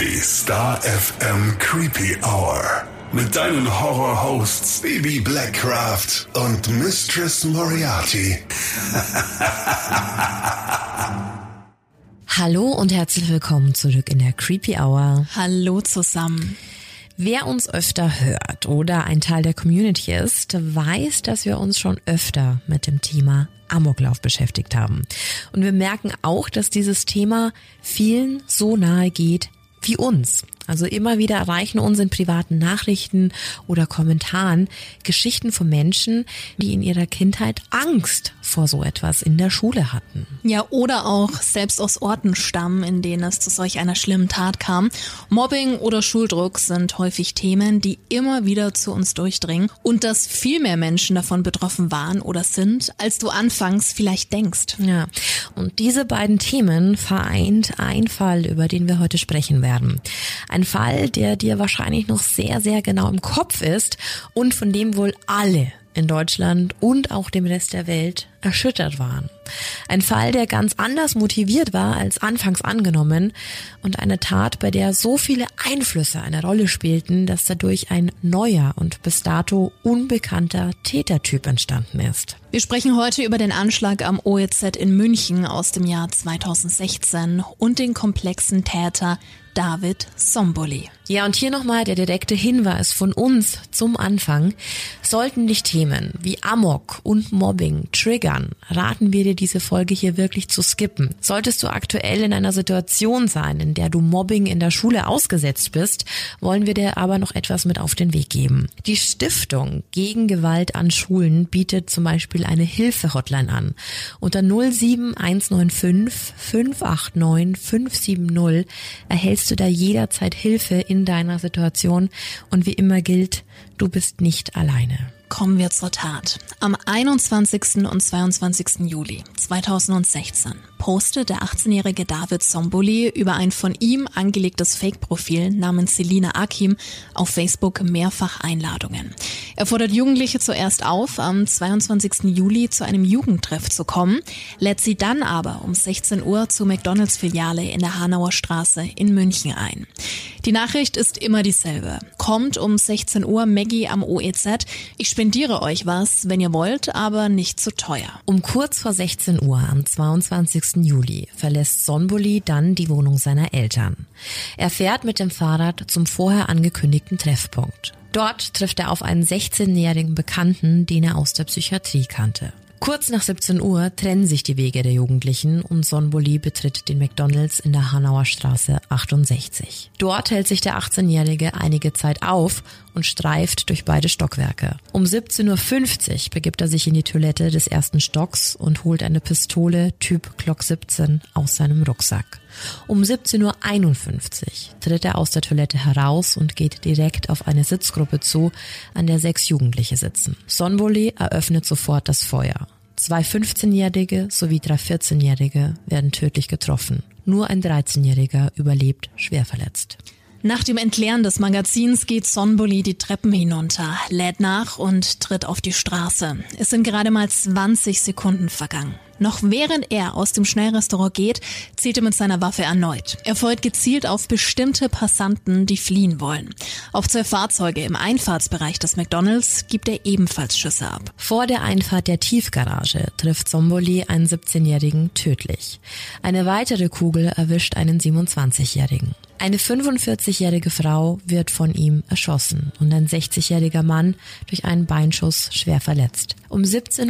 Die Star FM Creepy Hour. Mit deinen Horror-Hosts Baby Blackcraft und Mistress Moriarty. Hallo und herzlich willkommen zurück in der Creepy Hour. Hallo zusammen. Wer uns öfter hört oder ein Teil der Community ist, weiß, dass wir uns schon öfter mit dem Thema Amoklauf beschäftigt haben. Und wir merken auch, dass dieses Thema vielen so nahe geht wie uns. Also immer wieder erreichen uns in privaten Nachrichten oder Kommentaren Geschichten von Menschen, die in ihrer Kindheit Angst vor so etwas in der Schule hatten. Ja, oder auch selbst aus Orten stammen, in denen es zu solch einer schlimmen Tat kam. Mobbing oder Schuldruck sind häufig Themen, die immer wieder zu uns durchdringen. Und dass viel mehr Menschen davon betroffen waren oder sind, als du anfangs vielleicht denkst. Ja, und diese beiden Themen vereint ein Fall, über den wir heute sprechen werden. Ein Fall, der dir wahrscheinlich noch sehr, sehr genau im Kopf ist und von dem wohl alle in Deutschland und auch dem Rest der Welt erschüttert waren. Ein Fall, der ganz anders motiviert war als anfangs angenommen und eine Tat, bei der so viele Einflüsse eine Rolle spielten, dass dadurch ein neuer und bis dato unbekannter Tätertyp entstanden ist. Wir sprechen heute über den Anschlag am OEZ in München aus dem Jahr 2016 und den komplexen Täter David Zomboli. Ja, und hier nochmal der direkte Hinweis von uns zum Anfang. Sollten dich Themen wie Amok und Mobbing triggern, raten wir dir, diese Folge hier wirklich zu skippen. Solltest du aktuell in einer Situation sein, in der du Mobbing in der Schule ausgesetzt bist, wollen wir dir aber noch etwas mit auf den Weg geben. Die Stiftung gegen Gewalt an Schulen bietet zum Beispiel eine Hilfe-Hotline an. Unter 07195 589 570 erhältst du da jederzeit Hilfe in deiner Situation und wie immer gilt, du bist nicht alleine. Kommen wir zur Tat. Am 21. und 22. Juli 2016 postet der 18-jährige David Zomboli über ein von ihm angelegtes Fake-Profil namens Selina Akim auf Facebook mehrfach Einladungen. Er fordert Jugendliche zuerst auf, am 22. Juli zu einem Jugendtreff zu kommen, lädt sie dann aber um 16 Uhr zur McDonalds-Filiale in der Hanauer Straße in München ein. Die Nachricht ist immer dieselbe. Kommt um 16 Uhr Maggie am OEZ. Ich spendiere euch was, wenn ihr wollt, aber nicht zu teuer. Um kurz vor 16 Uhr am 22. Juli verlässt Zomboli dann die Wohnung seiner Eltern. Er fährt mit dem Fahrrad zum vorher angekündigten Treffpunkt. Dort trifft er auf einen 16-jährigen Bekannten, den er aus der Psychiatrie kannte. Kurz nach 17 Uhr trennen sich die Wege der Jugendlichen und Zomboli betritt den McDonalds in der Hanauer Straße 68. Dort hält sich der 18-Jährige einige Zeit auf und streift durch beide Stockwerke. Um 17.50 Uhr begibt er sich in die Toilette des ersten Stocks und holt eine Pistole Typ Glock 17 aus seinem Rucksack. Um 17.51 Uhr tritt er aus der Toilette heraus und geht direkt auf eine Sitzgruppe zu, an der 6 Jugendliche sitzen. Zomboli eröffnet sofort das Feuer. 2 15-Jährige sowie 3 14-Jährige werden tödlich getroffen. Nur ein 13-Jähriger überlebt schwer verletzt. Nach dem Entleeren des Magazins geht Zomboli die Treppen hinunter, lädt nach und tritt auf die Straße. Es sind gerade mal 20 Sekunden vergangen. Noch während er aus dem Schnellrestaurant geht, zielt er mit seiner Waffe erneut. Er feuert gezielt auf bestimmte Passanten, die fliehen wollen. Auf 2 Fahrzeuge im Einfahrtsbereich des McDonalds gibt er ebenfalls Schüsse ab. Vor der Einfahrt der Tiefgarage trifft Zomboli einen 17-Jährigen tödlich. Eine weitere Kugel erwischt einen 27-Jährigen. Eine 45-jährige Frau wird von ihm erschossen und ein 60-jähriger Mann durch einen Beinschuss schwer verletzt. Um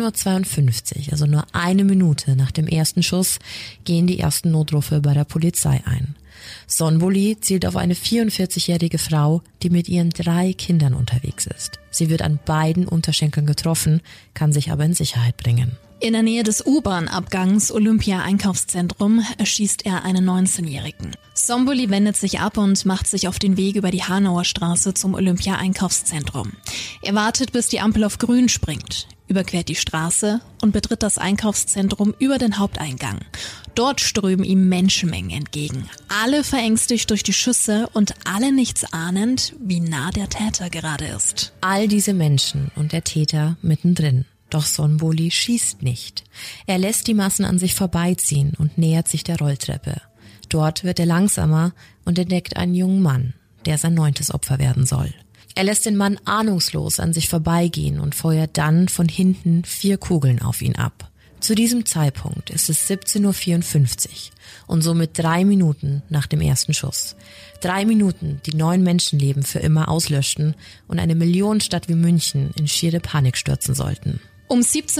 17.52 Uhr, also nur eine Minute nach dem ersten Schuss, gehen die ersten Notrufe bei der Polizei ein. Zomboli zielt auf eine 44-jährige Frau, die mit ihren 3 Kindern unterwegs ist. Sie wird an beiden Unterschenkeln getroffen, kann sich aber in Sicherheit bringen. In der Nähe des U-Bahn-Abgangs Olympia-Einkaufszentrum erschießt er einen 19-Jährigen. Zomboli wendet sich ab und macht sich auf den Weg über die Hanauer Straße zum Olympia-Einkaufszentrum. Er wartet, bis die Ampel auf grün springt, überquert die Straße und betritt das Einkaufszentrum über den Haupteingang. Dort strömen ihm Menschenmengen entgegen. Alle verängstigt durch die Schüsse und alle nichts ahnend, wie nah der Täter gerade ist. All diese Menschen und der Täter mittendrin. Doch Zomboli schießt nicht. Er lässt die Massen an sich vorbeiziehen und nähert sich der Rolltreppe. Dort wird er langsamer und entdeckt einen jungen Mann, der sein 9. Opfer werden soll. Er lässt den Mann ahnungslos an sich vorbeigehen und feuert dann von hinten 4 Kugeln auf ihn ab. Zu diesem Zeitpunkt ist es 17:54 Uhr und somit 3 Minuten nach dem ersten Schuss. 3 Minuten, die 9 Menschenleben für immer auslöschten und eine Millionenstadt wie München in schiere Panik stürzen sollten. Um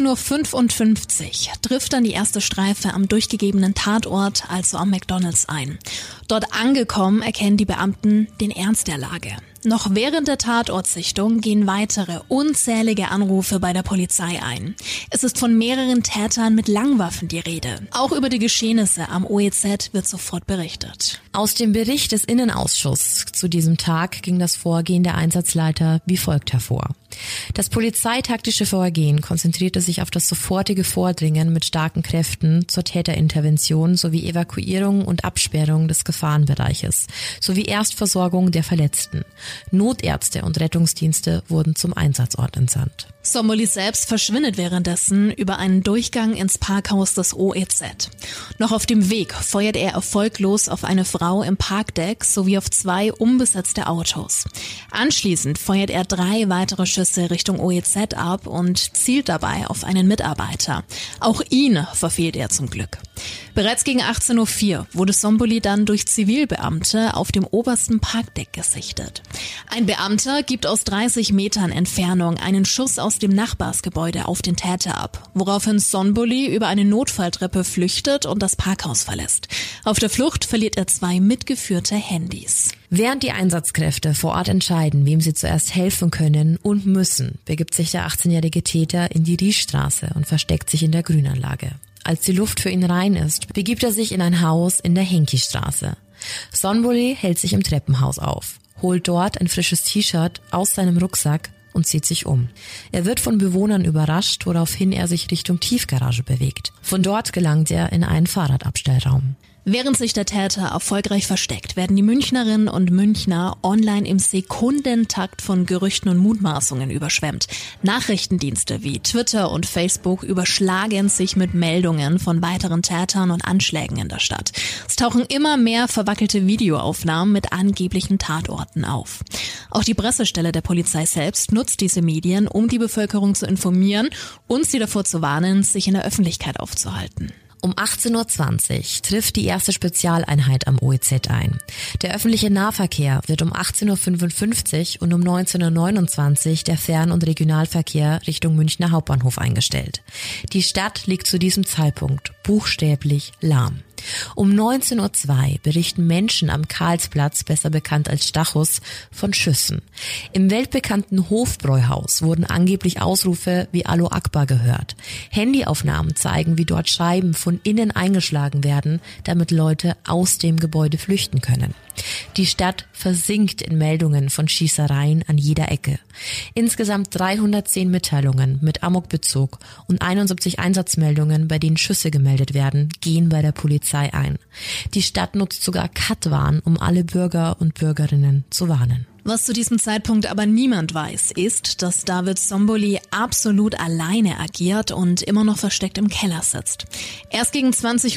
17:55 Uhr trifft dann die erste Streife am durchgegebenen Tatort, also am McDonald's, ein. Dort angekommen erkennen die Beamten den Ernst der Lage. Noch während der Tatortsichtung gehen weitere unzählige Anrufe bei der Polizei ein. Es ist von mehreren Tätern mit Langwaffen die Rede. Auch über die Geschehnisse am OEZ wird sofort berichtet. Aus dem Bericht des Innenausschusses zu diesem Tag ging das Vorgehen der Einsatzleiter wie folgt hervor. Das polizeitaktische Vorgehen konzentrierte sich auf das sofortige Vordringen mit starken Kräften zur Täterintervention sowie Evakuierung und Absperrung des Gefahrenbereiches sowie Erstversorgung der Verletzten. Notärzte und Rettungsdienste wurden zum Einsatzort entsandt. Somboli selbst verschwindet währenddessen über einen Durchgang ins Parkhaus des OEZ. Noch auf dem Weg feuert er erfolglos auf eine Frau im Parkdeck sowie auf 2 unbesetzte Autos. Anschließend feuert er 3 weitere Schüsse Richtung OEZ ab und zielt dabei auf einen Mitarbeiter. Auch ihn verfehlt er zum Glück. Bereits gegen 18:04 Uhr wurde Somboli dann durch Zivilbeamte auf dem obersten Parkdeck gesichtet. Ein Beamter gibt aus 30 Metern Entfernung einen Schuss aus dem Nachbarsgebäude auf den Täter ab, woraufhin Somboli über eine Notfalltreppe flüchtet und das Parkhaus verlässt. Auf der Flucht verliert er 2 mitgeführte Handys. Während die Einsatzkräfte vor Ort entscheiden, wem sie zuerst helfen können und müssen, begibt sich der 18-jährige Täter in die Riechstraße und versteckt sich in der Grünanlage. Als die Luft für ihn rein ist, begibt er sich in ein Haus in der Henki-Straße. Somboli hält sich im Treppenhaus auf, holt dort ein frisches T-Shirt aus seinem Rucksack und zieht sich um. Er wird von Bewohnern überrascht, woraufhin er sich Richtung Tiefgarage bewegt. Von dort gelangt er in einen Fahrradabstellraum. Während sich der Täter erfolgreich versteckt, werden die Münchnerinnen und Münchner online im Sekundentakt von Gerüchten und Mutmaßungen überschwemmt. Nachrichtendienste wie Twitter und Facebook überschlagen sich mit Meldungen von weiteren Tätern und Anschlägen in der Stadt. Es tauchen immer mehr verwackelte Videoaufnahmen mit angeblichen Tatorten auf. Auch die Pressestelle der Polizei selbst nutzt diese Medien, um die Bevölkerung zu informieren und sie davor zu warnen, sich in der Öffentlichkeit aufzuhalten. Um 18:20 Uhr trifft die erste Spezialeinheit am OEZ ein. Der öffentliche Nahverkehr wird um 18:55 Uhr und um 19:29 Uhr der Fern- und Regionalverkehr Richtung Münchner Hauptbahnhof eingestellt. Die Stadt liegt zu diesem Zeitpunkt buchstäblich lahm. Um 19:02 Uhr berichten Menschen am Karlsplatz, besser bekannt als Stachus, von Schüssen. Im weltbekannten Hofbräuhaus wurden angeblich Ausrufe wie Allahu Akbar gehört. Handyaufnahmen zeigen, wie dort Scheiben von innen eingeschlagen werden, damit Leute aus dem Gebäude flüchten können. Die Stadt versinkt in Meldungen von Schießereien an jeder Ecke. Insgesamt 310 Mitteilungen mit Amokbezug und 71 Einsatzmeldungen, bei denen Schüsse gemeldet werden, gehen bei der Polizei ein. Die Stadt nutzt sogar Katwan, um alle Bürger und Bürgerinnen zu warnen. Was zu diesem Zeitpunkt aber niemand weiß, ist, dass David Somboli absolut alleine agiert und immer noch versteckt im Keller sitzt. Erst gegen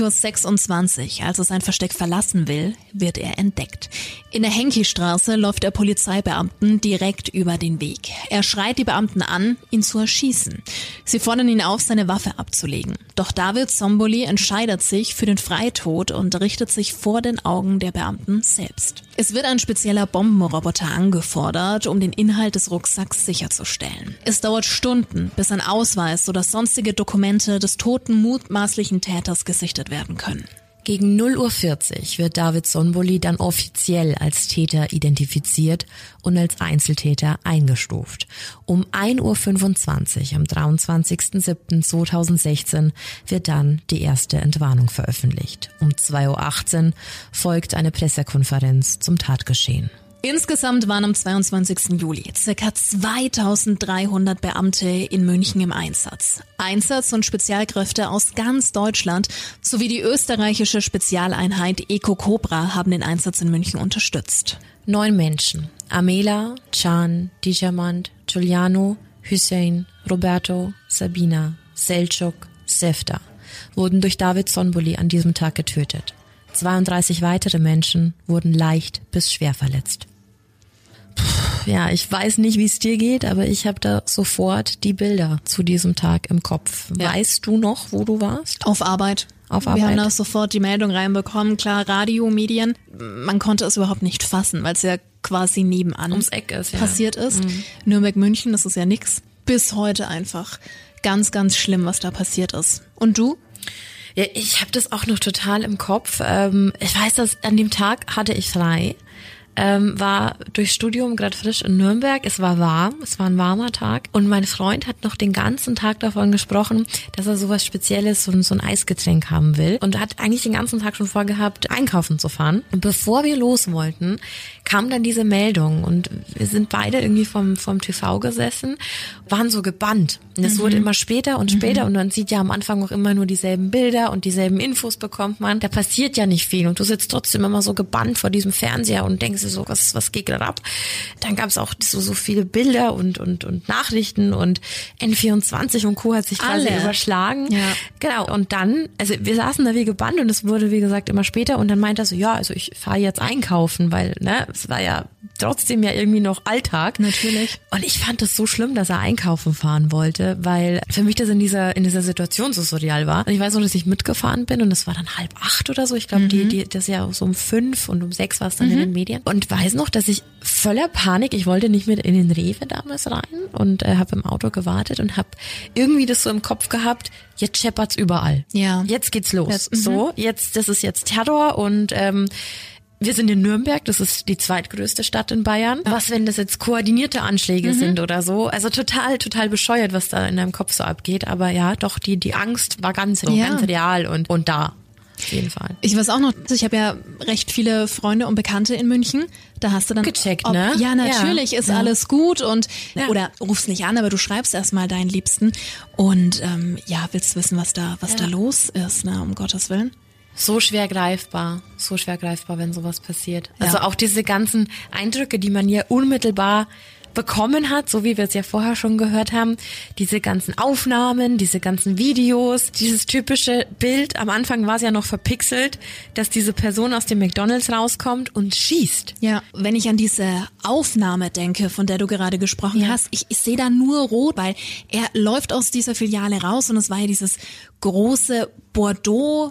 20:26 Uhr, als er sein Versteck verlassen will, wird er entdeckt. In der Henki-Straße läuft der Polizeibeamten direkt über den Weg. Er schreit die Beamten an, ihn zu erschießen. Sie fordern ihn auf, seine Waffe abzulegen. Doch David Somboli entscheidet sich für den Freitod und richtet sich vor den Augen der Beamten selbst. Es wird ein spezieller Bombenroboter angefordert, um den Inhalt des Rucksacks sicherzustellen. Es dauert Stunden, bis ein Ausweis oder sonstige Dokumente des toten mutmaßlichen Täters gesichtet werden können. Gegen 0:40 Uhr wird David Somboli dann offiziell als Täter identifiziert und als Einzeltäter eingestuft. Um 1:25 Uhr am 23.07.2016 wird dann die erste Entwarnung veröffentlicht. Um 2:18 Uhr folgt eine Pressekonferenz zum Tatgeschehen. Insgesamt waren am 22. Juli ca. 2300 Beamte in München im Einsatz. Einsatz- und Spezialkräfte aus ganz Deutschland sowie die österreichische Spezialeinheit Eco Cobra haben den Einsatz in München unterstützt. 9 Menschen: Amela, Can, Djamand, Giuliano, Hussein, Roberto, Sabina, Selçuk, Sefta wurden durch David Somboli an diesem Tag getötet. 32 weitere Menschen wurden leicht bis schwer verletzt. Ja, ich weiß nicht, wie es dir geht, aber ich habe da sofort die Bilder zu diesem Tag im Kopf. Ja. Weißt du noch, wo du warst? Auf Arbeit. Wir haben da sofort die Meldung reinbekommen. Klar, Radio, Medien. Man konnte es überhaupt nicht fassen, weil es ja quasi nebenan ums Eck ist, passiert ist. Nürnberg, München, das ist ja nix. Bis heute einfach ganz, ganz schlimm, was da passiert ist. Und du? Ja, ich habe das auch noch total im Kopf. Ich weiß, dass an dem Tag hatte ich frei. War durchs Studium gerade frisch in Nürnberg. Es war warm, es war ein warmer Tag und mein Freund hat noch den ganzen Tag davon gesprochen, dass er sowas Spezielles, so ein Eisgetränk haben will und hat eigentlich den ganzen Tag schon vorgehabt, einkaufen zu fahren. Und bevor wir los wollten, kam dann diese Meldung und wir sind beide irgendwie vom TV gesessen, waren so gebannt. Und es wurde immer später und später und man sieht ja am Anfang auch immer nur dieselben Bilder und dieselben Infos bekommt man. Da passiert ja nicht viel und du sitzt trotzdem immer so gebannt vor diesem Fernseher und denkst so, was geht gerade ab? Dann gab es auch so viele Bilder und Nachrichten und N24 und Co. hat sich quasi überschlagen. Ja. Genau. Und dann, also wir saßen da wie gebannt und es wurde, wie gesagt, immer später und dann meinte er so, ja, also ich fahre jetzt einkaufen, weil, ne, es war ja trotzdem ja irgendwie noch Alltag. Natürlich. Und ich fand es so schlimm, dass er einkaufen fahren wollte, weil für mich das in dieser Situation so surreal war. Und ich weiß noch, dass ich mitgefahren bin und es war dann 7:30 oder so. Ich glaube, das ist ja so um 5 und um 6 war es dann in den Medien. Und weiß noch, dass ich voller Panik, ich wollte nicht mit in den Rewe damals rein und habe im Auto gewartet und habe irgendwie das so im Kopf gehabt, jetzt scheppert's überall. Ja. Jetzt geht's los. Das ist jetzt Terror und wir sind in Nürnberg, das ist die zweitgrößte Stadt in Bayern. Was, wenn das jetzt koordinierte Anschläge sind oder so? Also total bescheuert, was da in deinem Kopf so abgeht. Aber ja, doch, die Angst war ganz real und da. Auf jeden Fall. Ich weiß auch noch, ich habe ja recht viele Freunde und Bekannte in München. Da hast du dann gecheckt, ne? Ja, natürlich, ist alles gut und oder rufst nicht an, aber du schreibst erstmal deinen Liebsten und willst wissen, was da los ist, ne, um Gottes Willen. So schwer greifbar, wenn sowas passiert. Also auch diese ganzen Eindrücke, die man hier unmittelbar bekommen hat, so wie wir es ja vorher schon gehört haben, diese ganzen Aufnahmen, diese ganzen Videos, dieses typische Bild, am Anfang war es ja noch verpixelt, dass diese Person aus dem McDonald's rauskommt und schießt. Ja, wenn ich an diese Aufnahme denke, von der du gerade gesprochen hast, ich sehe da nur rot, weil er läuft aus dieser Filiale raus und es war ja dieses große Bordeaux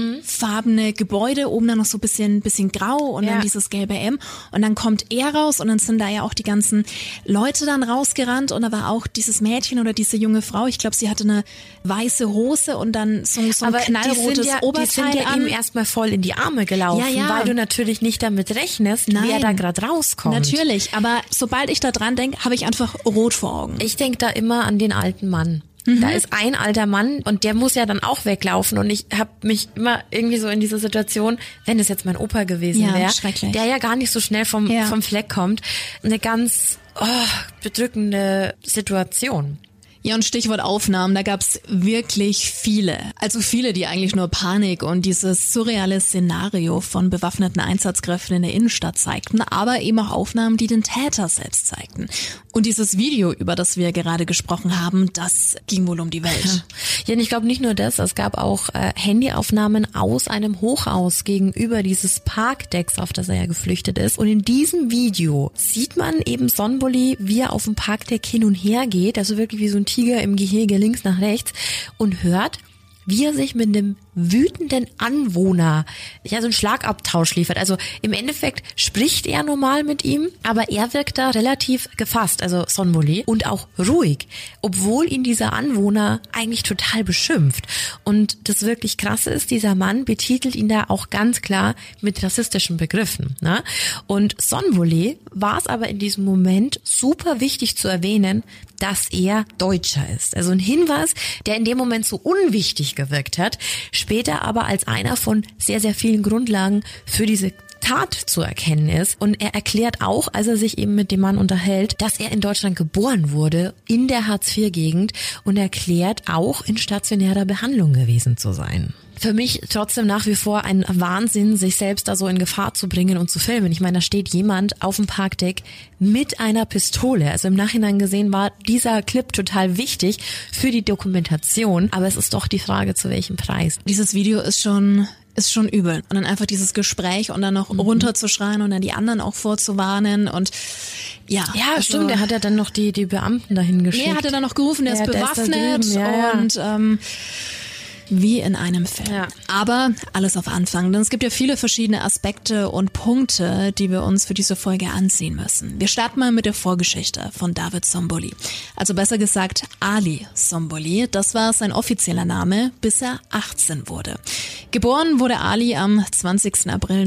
farbene Gebäude, oben dann noch so ein bisschen grau und dann dieses gelbe M und dann kommt er raus und dann sind da ja auch die ganzen Leute dann rausgerannt und da war auch dieses Mädchen oder diese junge Frau, ich glaube, sie hatte eine weiße Hose und dann so ein knallrotes Oberteil. Die sind ja ihm erstmal voll in die Arme gelaufen, weil du natürlich nicht damit rechnest, wer da gerade rauskommt. Natürlich, aber sobald ich da dran denke, habe ich einfach rot vor Augen. Ich denke da immer an den alten Mann. Da ist ein alter Mann und der muss ja dann auch weglaufen und ich habe mich immer irgendwie so in dieser Situation, wenn es jetzt mein Opa gewesen wäre, der ja gar nicht so schnell vom Fleck kommt, eine ganz bedrückende Situation. Ja, und Stichwort Aufnahmen, da gab's wirklich viele. Also viele, die eigentlich nur Panik und dieses surreale Szenario von bewaffneten Einsatzkräften in der Innenstadt zeigten, aber eben auch Aufnahmen, die den Täter selbst zeigten. Und dieses Video, über das wir gerade gesprochen haben, das ging wohl um die Welt. Ja, und ich glaube nicht nur das, es gab auch Handyaufnahmen aus einem Hochhaus gegenüber dieses Parkdecks, auf das er ja geflüchtet ist. Und in diesem Video sieht man eben Sonboli, wie er auf dem Parkdeck hin und her geht, also wirklich wie so ein Tiger im Gehege links nach rechts und hört, wie er sich mit einem wütenden Anwohner so einen Schlagabtausch liefert. Also im Endeffekt spricht er normal mit ihm, aber er wirkt da relativ gefasst, also Sonboli, und auch ruhig, obwohl ihn dieser Anwohner eigentlich total beschimpft. Und das wirklich Krasse ist, dieser Mann betitelt ihn da auch ganz klar mit rassistischen Begriffen. Ne? Und Sonboli war es aber in diesem Moment super wichtig zu erwähnen, dass er Deutscher ist. Also ein Hinweis, der in dem Moment so unwichtig gewirkt hat, später aber als einer von sehr, sehr vielen Grundlagen für diese Tat zu erkennen ist. Und er erklärt auch, als er sich eben mit dem Mann unterhält, dass er in Deutschland geboren wurde, in der Hartz-IV-Gegend, und erklärt auch, in stationärer Behandlung gewesen zu sein. Für mich trotzdem nach wie vor ein Wahnsinn, sich selbst da so in Gefahr zu bringen und zu filmen. Ich meine, da steht jemand auf dem Parkdeck mit einer Pistole. Also im Nachhinein gesehen war dieser Clip total wichtig für die Dokumentation. Aber es ist doch die Frage, zu welchem Preis. Dieses Video ist schon ist schon übel. Und dann einfach dieses Gespräch und dann noch runterzuschreien und dann die anderen auch vorzuwarnen und ja. Ja, also, stimmt, der hat ja dann noch die Beamten dahin geschickt. Nee, hat er dann noch gerufen, der ist bewaffnet und wie in einem Film. Ja. Aber alles auf Anfang, denn es gibt ja viele verschiedene Aspekte und Punkte, die wir uns für diese Folge ansehen müssen. Wir starten mal mit der Vorgeschichte von David Somboli. Also besser gesagt Ali Somboli, das war sein offizieller Name, bis er 18 wurde. Geboren wurde Ali am 20. April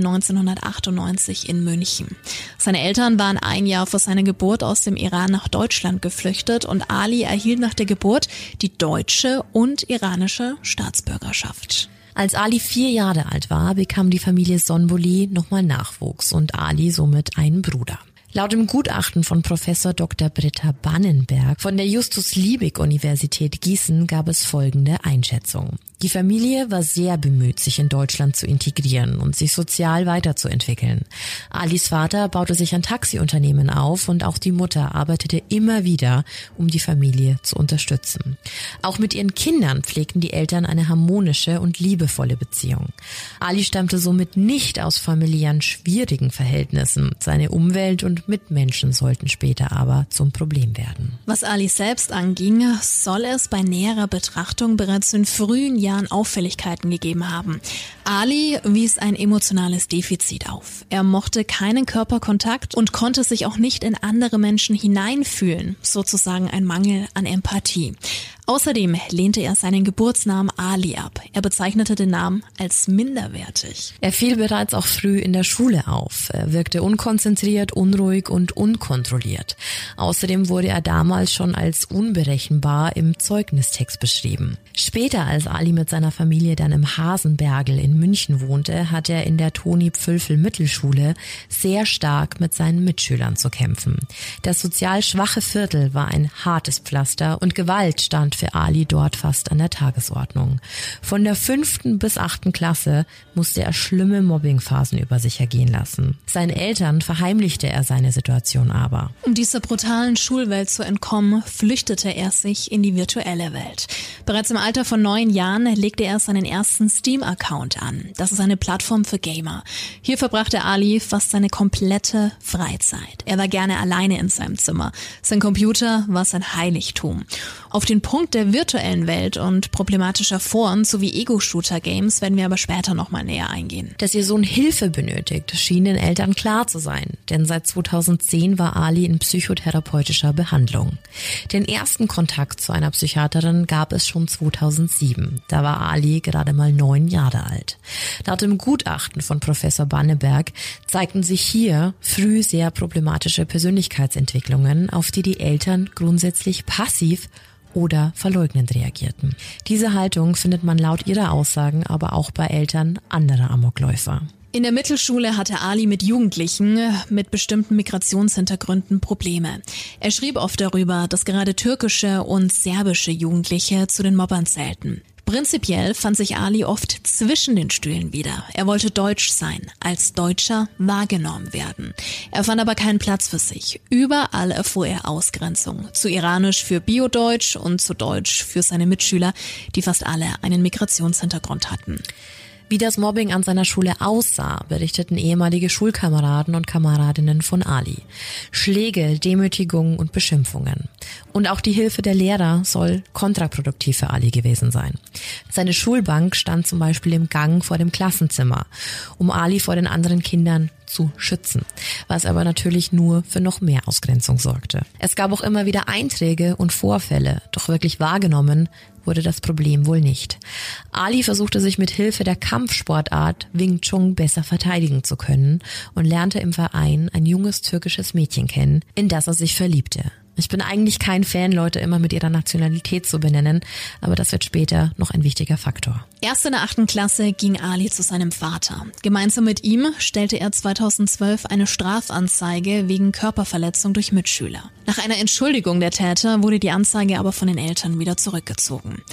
1998 in München. Seine Eltern waren ein Jahr vor seiner Geburt aus dem Iran nach Deutschland geflüchtet und Ali erhielt nach der Geburt die deutsche und iranische Staatsbürgerschaft. Als Ali 4 Jahre alt war, bekam die Familie Somboli nochmal Nachwuchs und Ali somit einen Bruder. Laut dem Gutachten von Professor Dr. Britta Bannenberg von der Justus-Liebig-Universität Gießen gab es folgende Einschätzung. Die Familie war sehr bemüht, sich in Deutschland zu integrieren und sich sozial weiterzuentwickeln. Alis Vater baute sich ein Taxiunternehmen auf und auch die Mutter arbeitete immer wieder, um die Familie zu unterstützen. Auch mit ihren Kindern pflegten die Eltern eine harmonische und liebevolle Beziehung. Ali stammte somit nicht aus familiären schwierigen Verhältnissen. Seine Umwelt und Mitmenschen sollten später aber zum Problem werden. Was Ali selbst anging, soll es bei näherer Betrachtung bereits in frühen Jahren Auffälligkeiten gegeben haben. Ali wies ein emotionales Defizit auf. Er mochte keinen Körperkontakt und konnte sich auch nicht in andere Menschen hineinfühlen, sozusagen ein Mangel an Empathie. Außerdem lehnte er seinen Geburtsnamen Ali ab. Er bezeichnete den Namen als minderwertig. Er fiel bereits auch früh in der Schule auf. Er wirkte unkonzentriert, unruhig und unkontrolliert. Außerdem wurde er damals schon als unberechenbar im Zeugnistext beschrieben. Später, als Ali mit seiner Familie dann im Hasenbergl in München wohnte, hatte er in der Toni-Pfülfel-Mittelschule sehr stark mit seinen Mitschülern zu kämpfen. Das sozial schwache Viertel war ein hartes Pflaster und Gewalt stand für Ali dort fast an der Tagesordnung. Von der 5. bis 8. Klasse musste er schlimme Mobbingphasen über sich ergehen lassen. Seinen Eltern verheimlichte er seine Situation aber. Um dieser brutalen Schulwelt zu entkommen, flüchtete er sich in die virtuelle Welt. Bereits im Alter von 9 Jahren legte er seinen ersten Steam-Account an. Das ist eine Plattform für Gamer. Hier verbrachte Ali fast seine komplette Freizeit. Er war gerne alleine in seinem Zimmer. Sein Computer war sein Heiligtum. Auf den Punkt der virtuellen Welt und problematischer Foren sowie Ego-Shooter-Games werden wir aber später nochmal näher eingehen. Dass ihr Sohn Hilfe benötigt, schien den Eltern klar zu sein, denn seit 2010 war Ali in psychotherapeutischer Behandlung. Den ersten Kontakt zu einer Psychiaterin gab es schon 2007. Da war Ali gerade mal 9 Jahre alt. Laut dem Gutachten von Professor Bannenberg zeigten sich hier früh sehr problematische Persönlichkeitsentwicklungen, auf die die Eltern grundsätzlich passiv oder verleugnend reagierten. Diese Haltung findet man laut ihrer Aussagen aber auch bei Eltern anderer Amokläufer. In der Mittelschule hatte Ali mit Jugendlichen mit bestimmten Migrationshintergründen Probleme. Er schrieb oft darüber, dass gerade türkische und serbische Jugendliche zu den Mobbern zählten. Prinzipiell fand sich Ali oft zwischen den Stühlen wieder. Er wollte deutsch sein, als Deutscher wahrgenommen werden. Er fand aber keinen Platz für sich. Überall erfuhr er Ausgrenzung. Zu Iranisch für Biodeutsch und zu Deutsch für seine Mitschüler, die fast alle einen Migrationshintergrund hatten. Wie das Mobbing an seiner Schule aussah, berichteten ehemalige Schulkameraden und Kameradinnen von Ali. Schläge, Demütigungen und Beschimpfungen. Und auch die Hilfe der Lehrer soll kontraproduktiv für Ali gewesen sein. Seine Schulbank stand zum Beispiel im Gang vor dem Klassenzimmer, um Ali vor den anderen Kindern zu schützen, was aber natürlich nur für noch mehr Ausgrenzung sorgte. Es gab auch immer wieder Einträge und Vorfälle, doch wirklich wahrgenommen wurde das Problem wohl nicht. Ali versuchte sich mit Hilfe der Kampfsportart Wing Chun besser verteidigen zu können und lernte im Verein ein junges türkisches Mädchen kennen, in das er sich verliebte. Ich bin eigentlich kein Fan, Leute immer mit ihrer Nationalität zu benennen, aber das wird später noch ein wichtiger Faktor. Erst in der 8. Klasse ging Ali zu seinem Vater. Gemeinsam mit ihm stellte er 2012 eine Strafanzeige wegen Körperverletzung durch Mitschüler. Nach einer Entschuldigung der Täter wurde die Anzeige aber von den Eltern wieder zurückgezogen.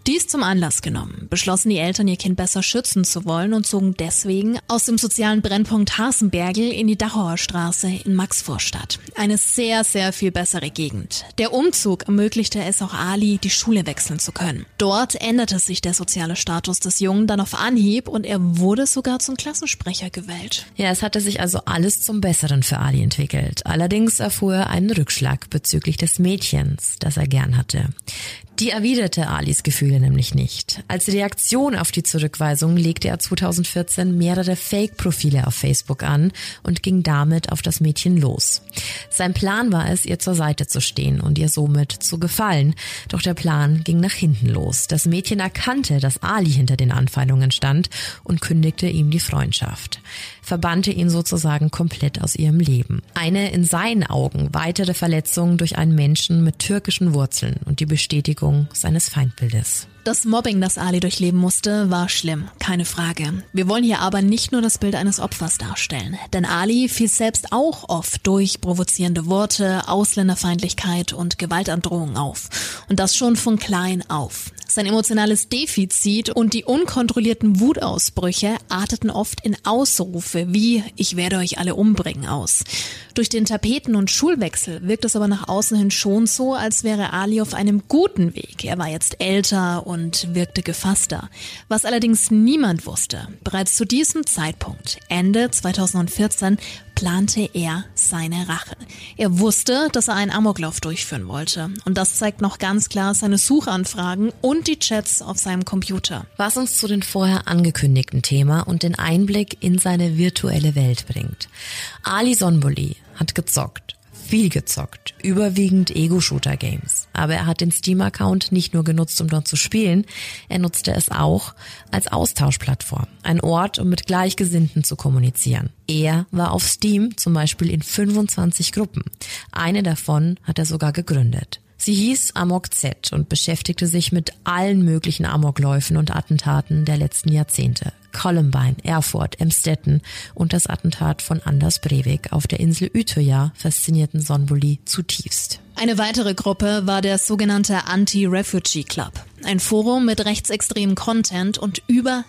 Dies zum Anlass genommen, beschlossen die Eltern, ihr Kind besser schützen zu wollen und zogen deswegen aus dem sozialen Brennpunkt Hasenbergl in die Dachauer Straße in Maxvorstadt. Eine sehr, sehr viel bessere Gegend. Der Umzug ermöglichte es auch Ali, die Schule wechseln zu können. Dort änderte sich der soziale Status des Jungen dann auf Anhieb und er wurde sogar zum Klassensprecher gewählt. Ja, es hatte sich also alles zum Besseren für Ali entwickelt. Allerdings erfuhr er einen Rückschlag bezüglich des Mädchens, das er gern hatte. Die erwiderte Alis Gefühle nämlich nicht. Als Reaktion auf die Zurückweisung legte er 2014 mehrere Fake-Profile auf Facebook an und ging damit auf das Mädchen los. Sein Plan war es, ihr zur Seite zu stehen und ihr somit zu gefallen. Doch der Plan ging nach hinten los. Das Mädchen erkannte, dass Ali hinter den Anfeindungen stand und kündigte ihm die Freundschaft. Verbannte ihn sozusagen komplett aus ihrem Leben. Eine in seinen Augen weitere Verletzung durch einen Menschen mit türkischen Wurzeln und die Bestätigung seines Feindbildes. Das Mobbing, das Ali durchleben musste, war schlimm, keine Frage. Wir wollen hier aber nicht nur das Bild eines Opfers darstellen. Denn Ali fiel selbst auch oft durch provozierende Worte, Ausländerfeindlichkeit und Gewaltandrohungen auf. Und das schon von klein auf. Sein emotionales Defizit und die unkontrollierten Wutausbrüche arteten oft in Ausrufe wie „Ich werde euch alle umbringen" aus. Durch den Tapeten- und Schulwechsel wirkt es aber nach außen hin schon so, als wäre Ali auf einem guten Weg. Er war jetzt älter und wirkte gefasster. Was allerdings niemand wusste, bereits zu diesem Zeitpunkt, Ende 2014, plante er seine Rache. Er wusste, dass er einen Amoklauf durchführen wollte. Und das zeigt noch ganz klar seine Suchanfragen und die Chats auf seinem Computer. Was uns zu den vorher angekündigten Thema und den Einblick in seine virtuelle Welt bringt. Ali Sonboli hat gezockt. Viel gezockt, überwiegend Ego-Shooter-Games. Aber er hat den Steam-Account nicht nur genutzt, um dort zu spielen, er nutzte es auch als Austauschplattform, ein Ort, um mit Gleichgesinnten zu kommunizieren. Er war auf Steam zum Beispiel in 25 Gruppen. Eine davon hat er sogar gegründet. Sie hieß Amok Z und beschäftigte sich mit allen möglichen Amokläufen und Attentaten der letzten Jahrzehnte. Columbine, Erfurt, Emstetten und das Attentat von Anders Breivik auf der Insel Utøya faszinierten Sonboli zutiefst. Eine weitere Gruppe war der sogenannte Anti-Refugee Club. Ein Forum mit rechtsextremem Content und über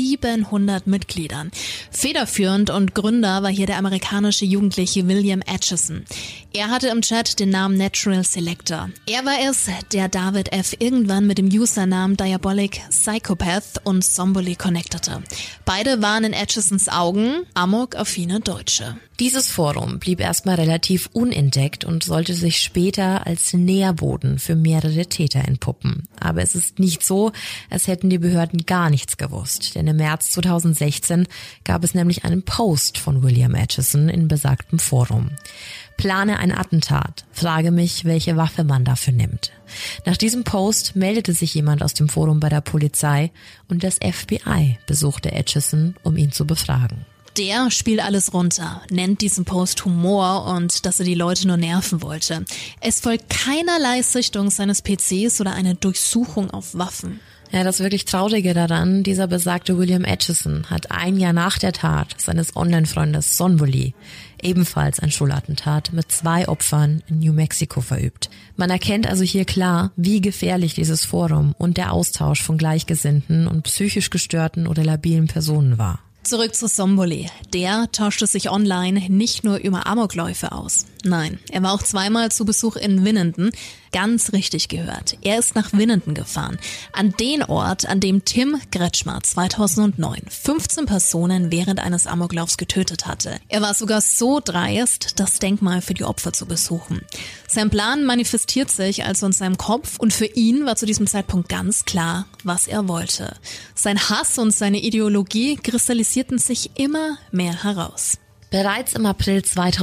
700 Mitgliedern. Federführend und Gründer war hier der amerikanische Jugendliche William Atchison. Er hatte im Chat den Namen Natural Selector. Er war es, der David F. irgendwann mit dem Usernamen Diabolic Psychopath und Sonboli connectete. Beide waren in Atchisons Augen amok-affine Deutsche. Dieses Forum blieb erstmal relativ unentdeckt und sollte sich später als Nährboden für mehrere Täter entpuppen. Aber es ist nicht so, als hätten die Behörden gar nichts gewusst. Denn im März 2016 gab es nämlich einen Post von William Atchison in besagtem Forum. Plane ein Attentat. Frage mich, welche Waffe man dafür nimmt. Nach diesem Post meldete sich jemand aus dem Forum bei der Polizei und das FBI besuchte Atchison, um ihn zu befragen. Der spielt alles runter, nennt diesen Post Humor und dass er die Leute nur nerven wollte. Es folgt keinerlei Sichtung seines PCs oder eine Durchsuchung auf Waffen. Ja, das wirklich Traurige daran, dieser besagte William Atchison hat ein Jahr nach der Tat seines Online-Freundes Sonboli ebenfalls ein Schulattentat mit 2 Opfern in New Mexico verübt. Man erkennt also hier klar, wie gefährlich dieses Forum und der Austausch von Gleichgesinnten und psychisch gestörten oder labilen Personen war. Zurück zu Sonboli. Der tauschte sich online nicht nur über Amokläufe aus. Nein, er war auch zweimal zu Besuch in Winnenden. Ganz richtig gehört. Er ist nach Winnenden gefahren. An den Ort, an dem Tim Kretschmer 2009 15 Personen während eines Amoklaufs getötet hatte. Er war sogar so dreist, das Denkmal für die Opfer zu besuchen. Sein Plan manifestiert sich also in seinem Kopf und für ihn war zu diesem Zeitpunkt ganz klar, was er wollte. Sein Hass und seine Ideologie kristallisierten sich immer mehr heraus. Bereits im April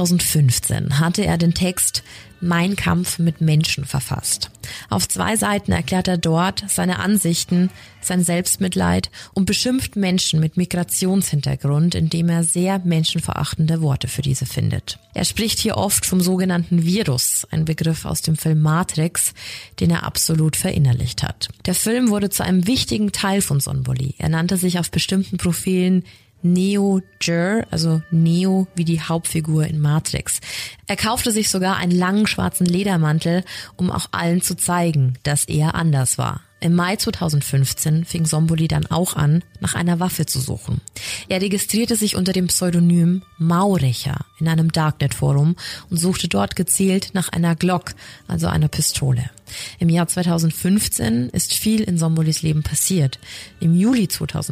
2015 hatte er den Text Mein Kampf mit Menschen verfasst. Auf 2 Seiten erklärt er dort seine Ansichten, sein Selbstmitleid und beschimpft Menschen mit Migrationshintergrund, indem er sehr menschenverachtende Worte für diese findet. Er spricht hier oft vom sogenannten Virus, ein Begriff aus dem Film Matrix, den er absolut verinnerlicht hat. Der Film wurde zu einem wichtigen Teil von Sonboli. Er nannte sich auf bestimmten Profilen Neo-Jer, also Neo wie die Hauptfigur in Matrix. Er kaufte sich sogar einen langen schwarzen Ledermantel, um auch allen zu zeigen, dass er anders war. Im Mai 2015 fing Sonbuli dann auch an, nach einer Waffe zu suchen. Er registrierte sich unter dem Pseudonym Maurecher in einem Darknet-Forum und suchte dort gezielt nach einer Glock, also einer Pistole. Im Jahr 2015 ist viel in Sonbulis Leben passiert. Im Juli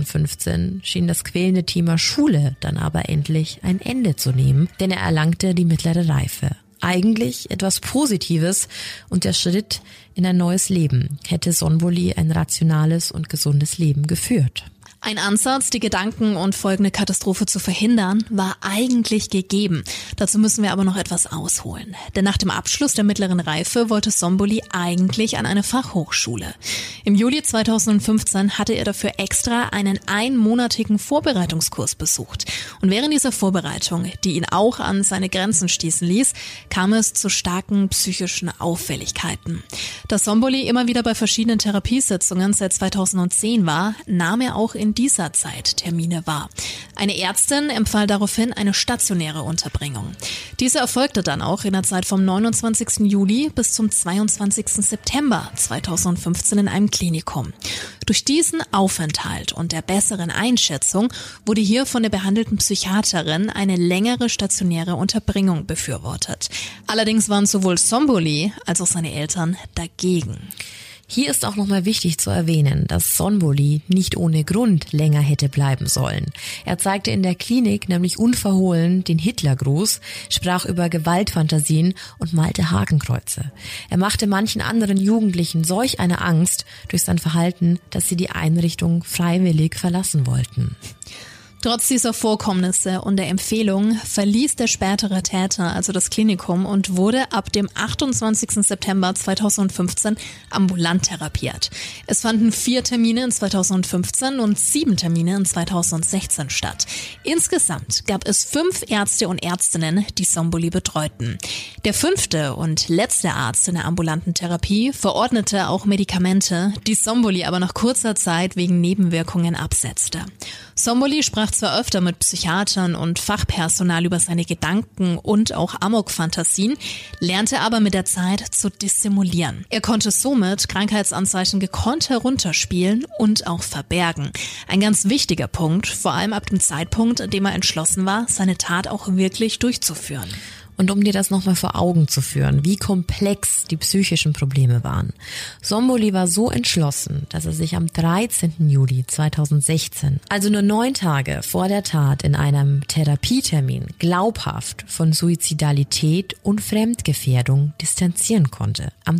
2015 schien das quälende Thema Schule dann aber endlich ein Ende zu nehmen, denn er erlangte die mittlere Reife. Eigentlich etwas Positives und der Schritt in ein neues Leben hätte Sonbuli ein rationales und gesundes Leben geführt. Ein Ansatz, die Gedanken und folgende Katastrophe zu verhindern, war eigentlich gegeben. Dazu müssen wir aber noch etwas ausholen. Denn nach dem Abschluss der mittleren Reife wollte Sonbuli eigentlich an eine Fachhochschule. Im Juli 2015 hatte er dafür extra einen einmonatigen Vorbereitungskurs besucht. Und während dieser Vorbereitung, die ihn auch an seine Grenzen stießen ließ, kam es zu starken psychischen Auffälligkeiten. Da Sonbuli immer wieder bei verschiedenen Therapiesitzungen seit 2010 war, nahm er auch in dieser Zeit Termine wahr. Eine Ärztin empfahl daraufhin eine stationäre Unterbringung. Diese erfolgte dann auch in der Zeit vom 29. Juli bis zum 22. September 2015 in einem Klinikum. Durch diesen Aufenthalt und der besseren Einschätzung wurde hier von der behandelten Psychiaterin eine längere stationäre Unterbringung befürwortet. Allerdings waren sowohl Sonbuli als auch seine Eltern dagegen. Hier ist auch nochmal wichtig zu erwähnen, dass Sonbuli nicht ohne Grund länger hätte bleiben sollen. Er zeigte in der Klinik nämlich unverhohlen den Hitlergruß, sprach über Gewaltfantasien und malte Hakenkreuze. Er machte manchen anderen Jugendlichen solch eine Angst durch sein Verhalten, dass sie die Einrichtung freiwillig verlassen wollten. Trotz dieser Vorkommnisse und der Empfehlung verließ der spätere Täter also das Klinikum und wurde ab dem 28. September 2015 ambulant therapiert. Es fanden 4 Termine in 2015 und 7 Termine in 2016 statt. Insgesamt gab es 5 Ärzte und Ärztinnen, die Sonbuli betreuten. Der 5. und letzte Arzt in der ambulanten Therapie verordnete auch Medikamente, die Sonbuli aber nach kurzer Zeit wegen Nebenwirkungen absetzte. Sonbuli sprach zwar öfter mit Psychiatern und Fachpersonal über seine Gedanken und auch Amokfantasien, lernte aber mit der Zeit zu dissimulieren. Er konnte somit Krankheitsanzeichen gekonnt herunterspielen und auch verbergen. Ein ganz wichtiger Punkt, vor allem ab dem Zeitpunkt, an dem er entschlossen war, seine Tat auch wirklich durchzuführen. Und um dir das nochmal vor Augen zu führen, wie komplex die psychischen Probleme waren. Sonbuli war so entschlossen, dass er sich am 13. Juli 2016, also nur 9 Tage vor der Tat in einem Therapietermin, glaubhaft von Suizidalität und Fremdgefährdung distanzieren konnte. Am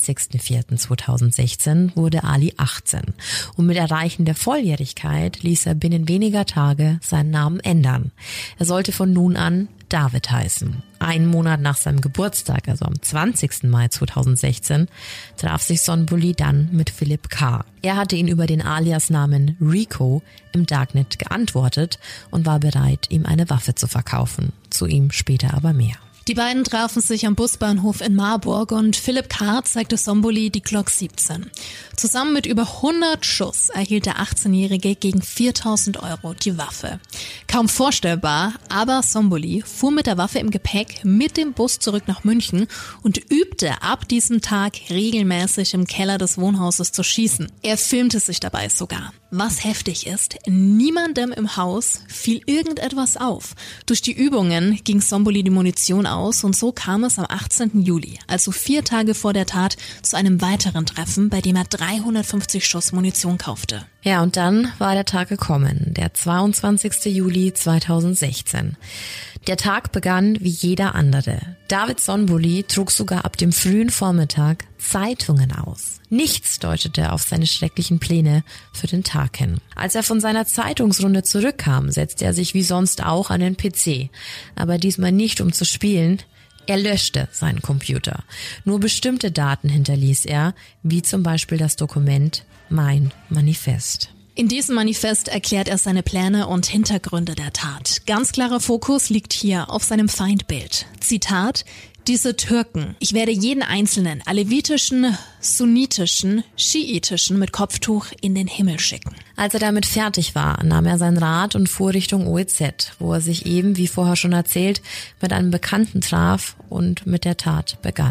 20.04.2016 wurde Ali 18 und mit Erreichen der Volljährigkeit ließ er binnen weniger Tage seinen Namen ändern. Er sollte von nun an David heißen. Einen Monat nach seinem Geburtstag, also am 20. Mai 2016, traf sich Sonbuli dann mit Philipp K. Er hatte ihn über den Aliasnamen Rico im Darknet geantwortet und war bereit, ihm eine Waffe zu verkaufen. Zu ihm später aber mehr. Die beiden trafen sich am Busbahnhof in Marburg und Philipp K. zeigte Sonbuli die Glock 17. Zusammen mit über 100 Schuss erhielt der 18-Jährige gegen 4.000 € die Waffe. Kaum vorstellbar, aber Sonbuli fuhr mit der Waffe im Gepäck mit dem Bus zurück nach München und übte ab diesem Tag regelmäßig im Keller des Wohnhauses zu schießen. Er filmte sich dabei sogar. Was heftig ist, niemandem im Haus fiel irgendetwas auf. Durch die Übungen ging Sonbuli die Munition aus und so kam es am 18. Juli, also 4 Tage vor der Tat, zu einem weiteren Treffen, bei dem er 350 Schuss Munition kaufte. Ja, und dann war der Tag gekommen, der 22. Juli 2016. Der Tag begann wie jeder andere. David Sonbuli trug sogar ab dem frühen Vormittag Zeitungen aus. Nichts deutete auf seine schrecklichen Pläne für den Tag hin. Als er von seiner Zeitungsrunde zurückkam, setzte er sich wie sonst auch an den PC. Aber diesmal nicht, um zu spielen. Er löschte seinen Computer. Nur bestimmte Daten hinterließ er, wie zum Beispiel das Dokument Mein Manifest. In diesem Manifest erklärt er seine Pläne und Hintergründe der Tat. Ganz klarer Fokus liegt hier auf seinem Feindbild. Zitat: Diese Türken, ich werde jeden einzelnen alevitischen, sunnitischen, schiitischen mit Kopftuch in den Himmel schicken. Als er damit fertig war, nahm er sein Rad und fuhr Richtung OEZ, wo er sich eben, wie vorher schon erzählt, mit einem Bekannten traf und mit der Tat begann.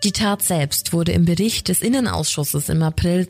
Die Tat selbst wurde im Bericht des Innenausschusses im April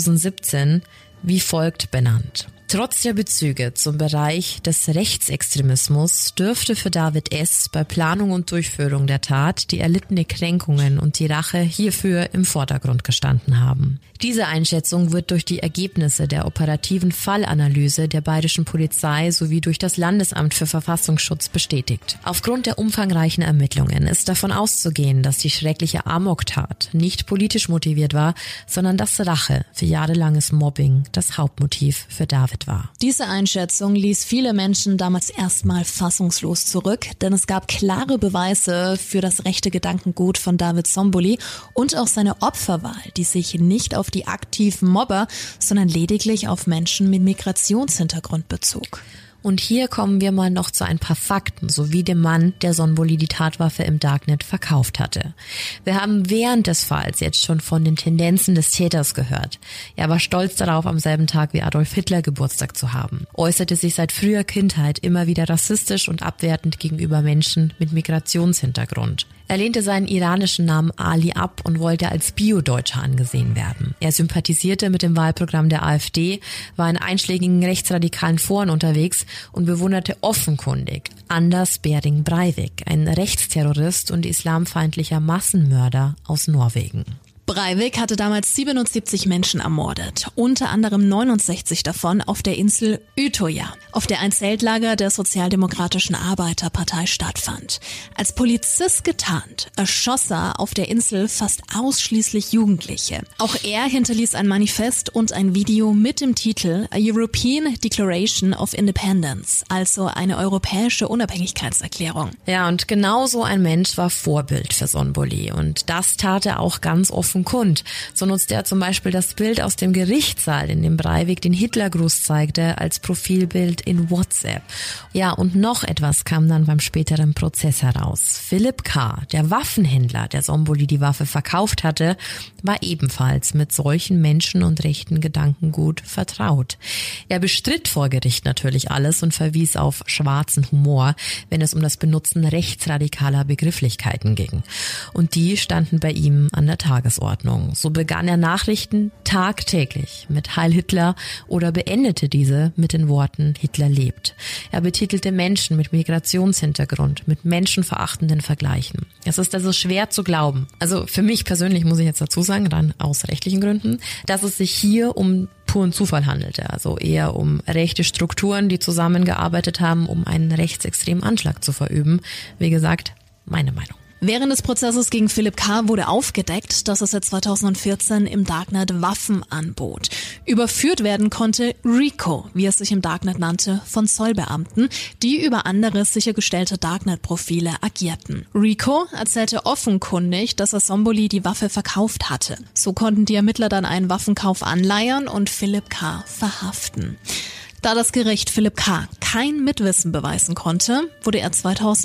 2017 wie folgt benannt. Trotz der Bezüge zum Bereich des Rechtsextremismus dürfte für David S. bei Planung und Durchführung der Tat die erlittene Kränkungen und die Rache hierfür im Vordergrund gestanden haben. Diese Einschätzung wird durch die Ergebnisse der operativen Fallanalyse der Bayerischen Polizei sowie durch das Landesamt für Verfassungsschutz bestätigt. Aufgrund der umfangreichen Ermittlungen ist davon auszugehen, dass die schreckliche Amoktat nicht politisch motiviert war, sondern dass Rache für jahrelanges Mobbing das Hauptmotiv für David war. Diese Einschätzung ließ viele Menschen damals erstmal fassungslos zurück, denn es gab klare Beweise für das rechte Gedankengut von David Zomboli und auch seine Opferwahl, die sich nicht auf die aktiven Mobber, sondern lediglich auf Menschen mit Migrationshintergrund bezog. Und hier kommen wir mal noch zu ein paar Fakten, sowie dem Mann, der Sonboli die Tatwaffe im Darknet verkauft hatte. Wir haben während des Falls jetzt schon von den Tendenzen des Täters gehört. Er war stolz darauf, am selben Tag wie Adolf Hitler Geburtstag zu haben, äußerte sich seit früher Kindheit immer wieder rassistisch und abwertend gegenüber Menschen mit Migrationshintergrund. Er lehnte seinen iranischen Namen Ali ab und wollte als Bio-Deutscher angesehen werden. Er sympathisierte mit dem Wahlprogramm der AfD, war in einschlägigen rechtsradikalen Foren unterwegs und bewunderte offenkundig Anders Behring Breivik, ein Rechtsterrorist und islamfeindlicher Massenmörder aus Norwegen. Breivik hatte damals 77 Menschen ermordet, unter anderem 69 davon auf der Insel Utøya, auf der ein Zeltlager der Sozialdemokratischen Arbeiterpartei stattfand. Als Polizist getarnt erschoss er auf der Insel fast ausschließlich Jugendliche. Auch er hinterließ ein Manifest und ein Video mit dem Titel A European Declaration of Independence, also eine europäische Unabhängigkeitserklärung. Ja, und genau so ein Mensch war Vorbild für Sonboli und das tat er auch ganz offen kund. So nutzte er zum Beispiel das Bild aus dem Gerichtssaal, in dem Breivik den Hitlergruß zeigte, als Profilbild in WhatsApp. Ja, und noch etwas kam dann beim späteren Prozess heraus. Philipp K., der Waffenhändler, der Sonboli die Waffe verkauft hatte, war ebenfalls mit solchen Menschen und rechten Gedankengut vertraut. Er bestritt vor Gericht natürlich alles und verwies auf schwarzen Humor, wenn es um das Benutzen rechtsradikaler Begrifflichkeiten ging. Und die standen bei ihm an der Tagesordnung. So begann er Nachrichten tagtäglich mit Heil Hitler oder beendete diese mit den Worten Hitler lebt. Er betitelte Menschen mit Migrationshintergrund mit menschenverachtenden Vergleichen. Es ist also schwer zu glauben, also für mich persönlich muss ich jetzt dazu sagen, rein aus rechtlichen Gründen, dass es sich hier um puren Zufall handelte, also eher um rechte Strukturen, die zusammengearbeitet haben, um einen rechtsextremen Anschlag zu verüben. Wie gesagt, meine Meinung. Während des Prozesses gegen Philipp K. wurde aufgedeckt, dass er seit 2014 im Darknet Waffen anbot. Überführt werden konnte Rico, wie es sich im Darknet nannte, von Zollbeamten, die über andere sichergestellte Darknet-Profile agierten. Rico erzählte offenkundig, dass er Sonboli die Waffe verkauft hatte. So konnten die Ermittler dann einen Waffenkauf anleiern und Philipp K. verhaften. Da das Gericht Philipp K. kein Mitwissen beweisen konnte, wurde er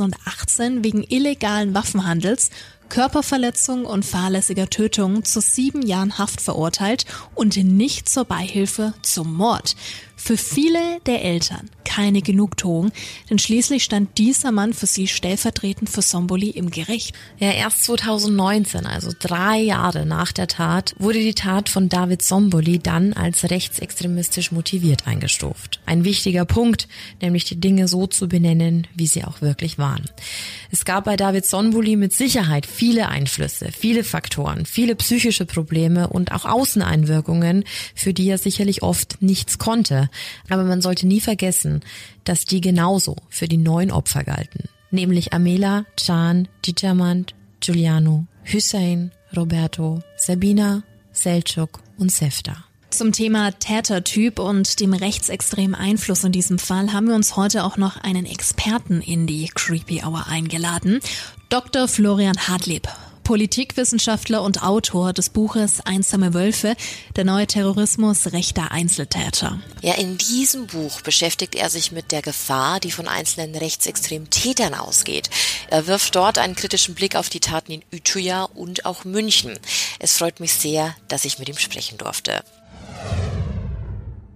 2018 wegen illegalen Waffenhandels, Körperverletzung und fahrlässiger Tötung zu 7 Jahren Haft verurteilt und nicht zur Beihilfe zum Mord. Für viele der Eltern keine Genugtuung, denn schließlich stand dieser Mann für sie stellvertretend für Sonboli im Gericht. Ja, erst 2019, also 3 Jahre nach der Tat, wurde die Tat von David Sonboli dann als rechtsextremistisch motiviert eingestuft. Ein wichtiger Punkt, nämlich die Dinge so zu benennen, wie sie auch wirklich waren. Es gab bei David Sonboli mit Sicherheit viele Einflüsse, viele Faktoren, viele psychische Probleme und auch Außeneinwirkungen, für die er sicherlich oft nichts konnte. Aber man sollte nie vergessen, dass die genauso für die 9 Opfer galten. Nämlich Amela, Can, Djamand, Giuliano, Hüseyin, Roberto, Sabina, Selçuk und Sefta. Zum Thema Tätertyp und dem rechtsextremen Einfluss in diesem Fall haben wir uns heute auch noch einen Experten in die Creepy Hour eingeladen. Dr. Florian Hartlieb, Politikwissenschaftler und Autor des Buches Einsame Wölfe, der neue Terrorismus rechter Einzeltäter. Ja, in diesem Buch beschäftigt er sich mit der Gefahr, die von einzelnen rechtsextremen Tätern ausgeht. Er wirft dort einen kritischen Blick auf die Taten in Utøya und auch München. Es freut mich sehr, dass ich mit ihm sprechen durfte.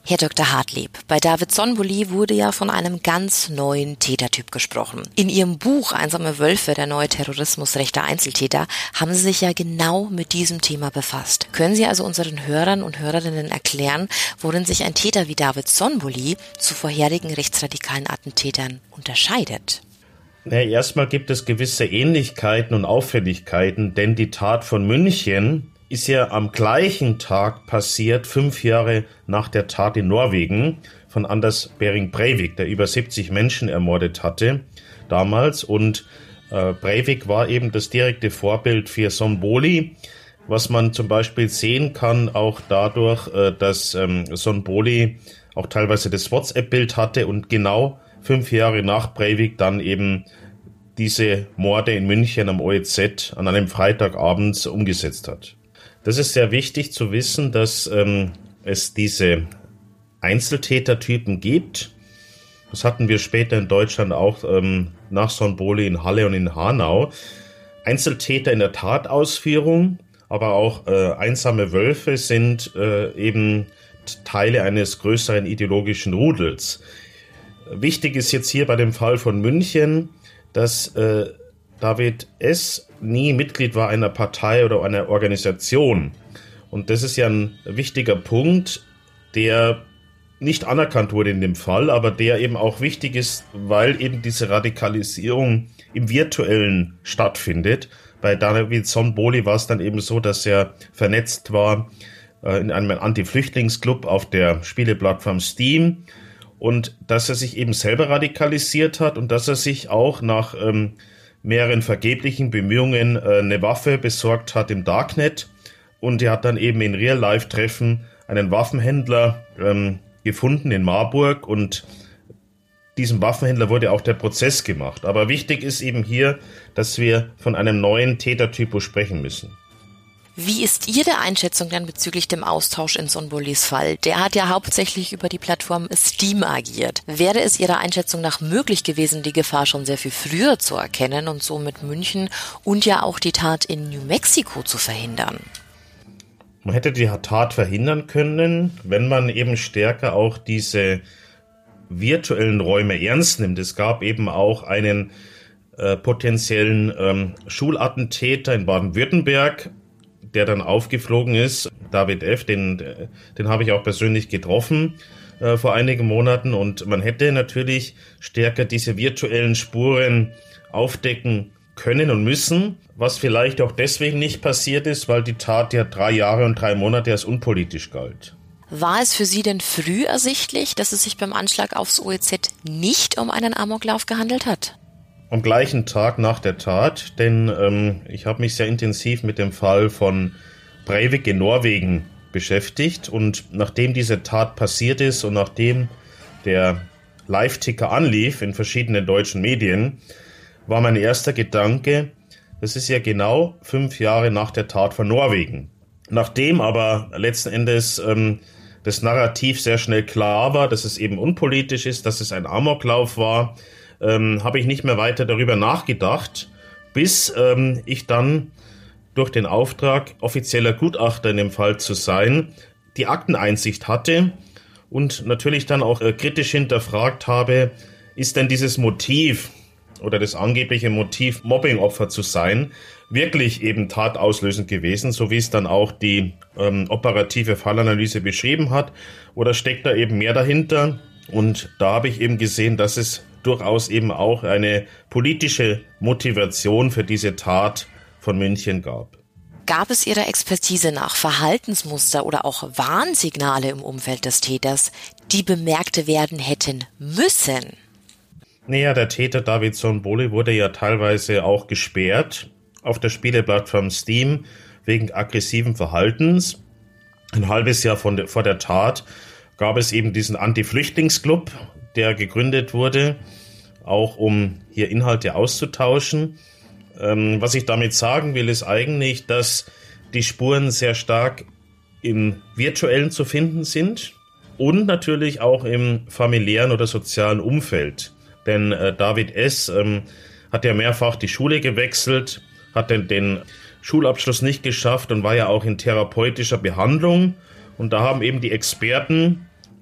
Herr Dr. Hartlieb, bei David Sonboli wurde ja von einem ganz neuen Tätertyp gesprochen. In Ihrem Buch Einsame Wölfe, der neue Terrorismus rechter Einzeltäter, haben Sie sich ja genau mit diesem Thema befasst. Können Sie also unseren Hörern und Hörerinnen erklären, worin sich ein Täter wie David Sonboli zu vorherigen rechtsradikalen Attentätern unterscheidet? Erstmal gibt es gewisse Ähnlichkeiten und Auffälligkeiten, denn die Tat von München ist ja am gleichen Tag passiert, 5 Jahre nach der Tat in Norwegen von Anders Behring Breivik, der über 70 Menschen ermordet hatte damals. Und Breivik war eben das direkte Vorbild für Sonboli, was man zum Beispiel sehen kann, auch dadurch, dass Sonboli auch teilweise das WhatsApp-Bild hatte und genau 5 Jahre nach Breivik dann eben diese Morde in München am OEZ an einem Freitagabend umgesetzt hat. Das ist sehr wichtig zu wissen, dass es diese Einzeltätertypen gibt. Das hatten wir später in Deutschland auch nach Sonboli in Halle und in Hanau. Einzeltäter in der Tatausführung, aber auch einsame Wölfe sind eben Teile eines größeren ideologischen Rudels. Wichtig ist jetzt hier bei dem Fall von München, dass David S. nie Mitglied war einer Partei oder einer Organisation. Und das ist ja ein wichtiger Punkt, der nicht anerkannt wurde in dem Fall, aber der eben auch wichtig ist, weil eben diese Radikalisierung im Virtuellen stattfindet. Bei David Sonboli war es dann eben so, dass er vernetzt war in einem Anti-Flüchtlingsclub auf der Spieleplattform Steam und dass er sich eben selber radikalisiert hat und dass er sich auch nach mehreren vergeblichen Bemühungen eine Waffe besorgt hat im Darknet und er hat dann eben in Real-Life-Treffen einen Waffenhändler gefunden in Marburg und diesem Waffenhändler wurde auch der Prozess gemacht. Aber wichtig ist eben hier, dass wir von einem neuen Tätertypus sprechen müssen. Wie ist Ihre Einschätzung denn bezüglich dem Austausch in Sonbolis Fall? Der hat ja hauptsächlich über die Plattform Steam agiert. Wäre es Ihrer Einschätzung nach möglich gewesen, die Gefahr schon sehr viel früher zu erkennen und somit München und ja auch die Tat in New Mexico zu verhindern? Man hätte die Tat verhindern können, wenn man eben stärker auch diese virtuellen Räume ernst nimmt. Es gab eben auch einen potenziellen Schulattentäter in Baden-Württemberg, der dann aufgeflogen ist, David F., den habe ich auch persönlich getroffen vor einigen Monaten und man hätte natürlich stärker diese virtuellen Spuren aufdecken können und müssen, was vielleicht auch deswegen nicht passiert ist, weil die Tat ja 3 Jahre und 3 Monate als unpolitisch galt. War es für Sie denn früh ersichtlich, dass es sich beim Anschlag aufs OEZ nicht um einen Amoklauf gehandelt hat? Am gleichen Tag nach der Tat, denn ich habe mich sehr intensiv mit dem Fall von Breivik in Norwegen beschäftigt und nachdem diese Tat passiert ist und nachdem der Live-Ticker anlief in verschiedenen deutschen Medien, war mein erster Gedanke, das ist ja genau 5 Jahre nach der Tat von Norwegen. Nachdem aber letzten Endes das Narrativ sehr schnell klar war, dass es eben unpolitisch ist, dass es ein Amoklauf war, habe ich nicht mehr weiter darüber nachgedacht, bis ich dann durch den Auftrag, offizieller Gutachter in dem Fall zu sein, die Akteneinsicht hatte und natürlich dann auch kritisch hinterfragt habe, ist denn dieses Motiv oder das angebliche Motiv, Mobbingopfer zu sein, wirklich eben tatauslösend gewesen, so wie es dann auch die operative Fallanalyse beschrieben hat, oder steckt da eben mehr dahinter? Und da habe ich eben gesehen, dass es durchaus eben auch eine politische Motivation für diese Tat von München gab. Gab es Ihrer Expertise nach Verhaltensmuster oder auch Warnsignale im Umfeld des Täters, die bemerkt werden hätten müssen? Naja, der Täter David Sonboli wurde ja teilweise auch gesperrt auf der Spieleplattform Steam wegen aggressiven Verhaltens. Ein halbes Jahr vor der Tat gab es eben diesen Anti-Flüchtlingsclub, der gegründet wurde, auch um hier Inhalte auszutauschen. Was ich damit sagen will, ist eigentlich, dass die Spuren sehr stark im Virtuellen zu finden sind und natürlich auch im familiären oder sozialen Umfeld. Denn David S. Hat ja mehrfach die Schule gewechselt, hat den Schulabschluss nicht geschafft und war ja auch in therapeutischer Behandlung. Und da haben eben die Experten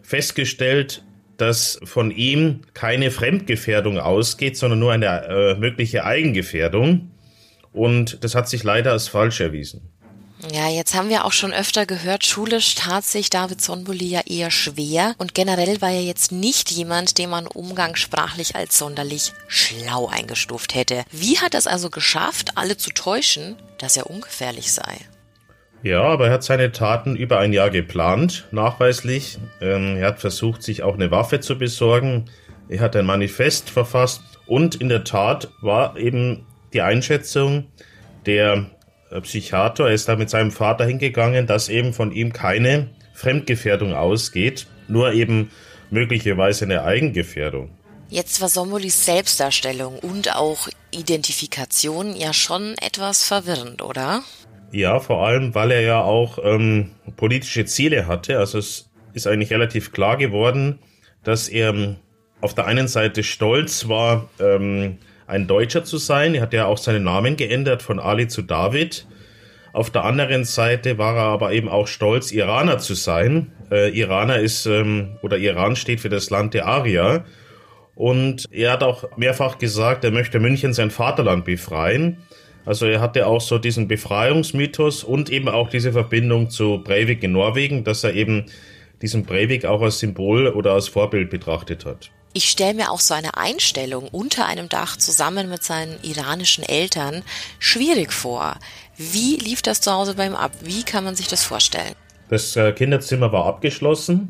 festgestellt, dass von ihm keine Fremdgefährdung ausgeht, sondern nur eine mögliche Eigengefährdung. Und das hat sich leider als falsch erwiesen. Ja, jetzt haben wir auch schon öfter gehört, schulisch tat sich David Sonboli ja eher schwer und generell war er jetzt nicht jemand, den man umgangssprachlich als sonderlich schlau eingestuft hätte. Wie hat er es also geschafft, alle zu täuschen, dass er ungefährlich sei? Ja, aber er hat seine Taten über ein Jahr geplant, nachweislich. Er hat versucht, sich auch eine Waffe zu besorgen. Er hat ein Manifest verfasst und in der Tat war eben die Einschätzung der Psychiater, er ist da mit seinem Vater hingegangen, dass eben von ihm keine Fremdgefährdung ausgeht, nur eben möglicherweise eine Eigengefährdung. Jetzt war Sonbolis Selbstdarstellung und auch Identifikation ja schon etwas verwirrend, oder? Ja, vor allem, weil er ja auch politische Ziele hatte. Also es ist eigentlich relativ klar geworden, dass er auf der einen Seite stolz war, ein Deutscher zu sein. Er hat ja auch seinen Namen geändert von Ali zu David. Auf der anderen Seite war er aber eben auch stolz, Iraner zu sein. Iraner ist, oder Iran steht für das Land der Arier. Und er hat auch mehrfach gesagt, er möchte München, sein Vaterland, befreien. Also er hatte auch so diesen Befreiungsmythos und eben auch diese Verbindung zu Breivik in Norwegen, dass er eben diesen Breivik auch als Symbol oder als Vorbild betrachtet hat. Ich stelle mir auch so eine Einstellung unter einem Dach zusammen mit seinen iranischen Eltern schwierig vor. Wie lief das zu Hause bei ihm ab? Wie kann man sich das vorstellen? Das Kinderzimmer war abgeschlossen.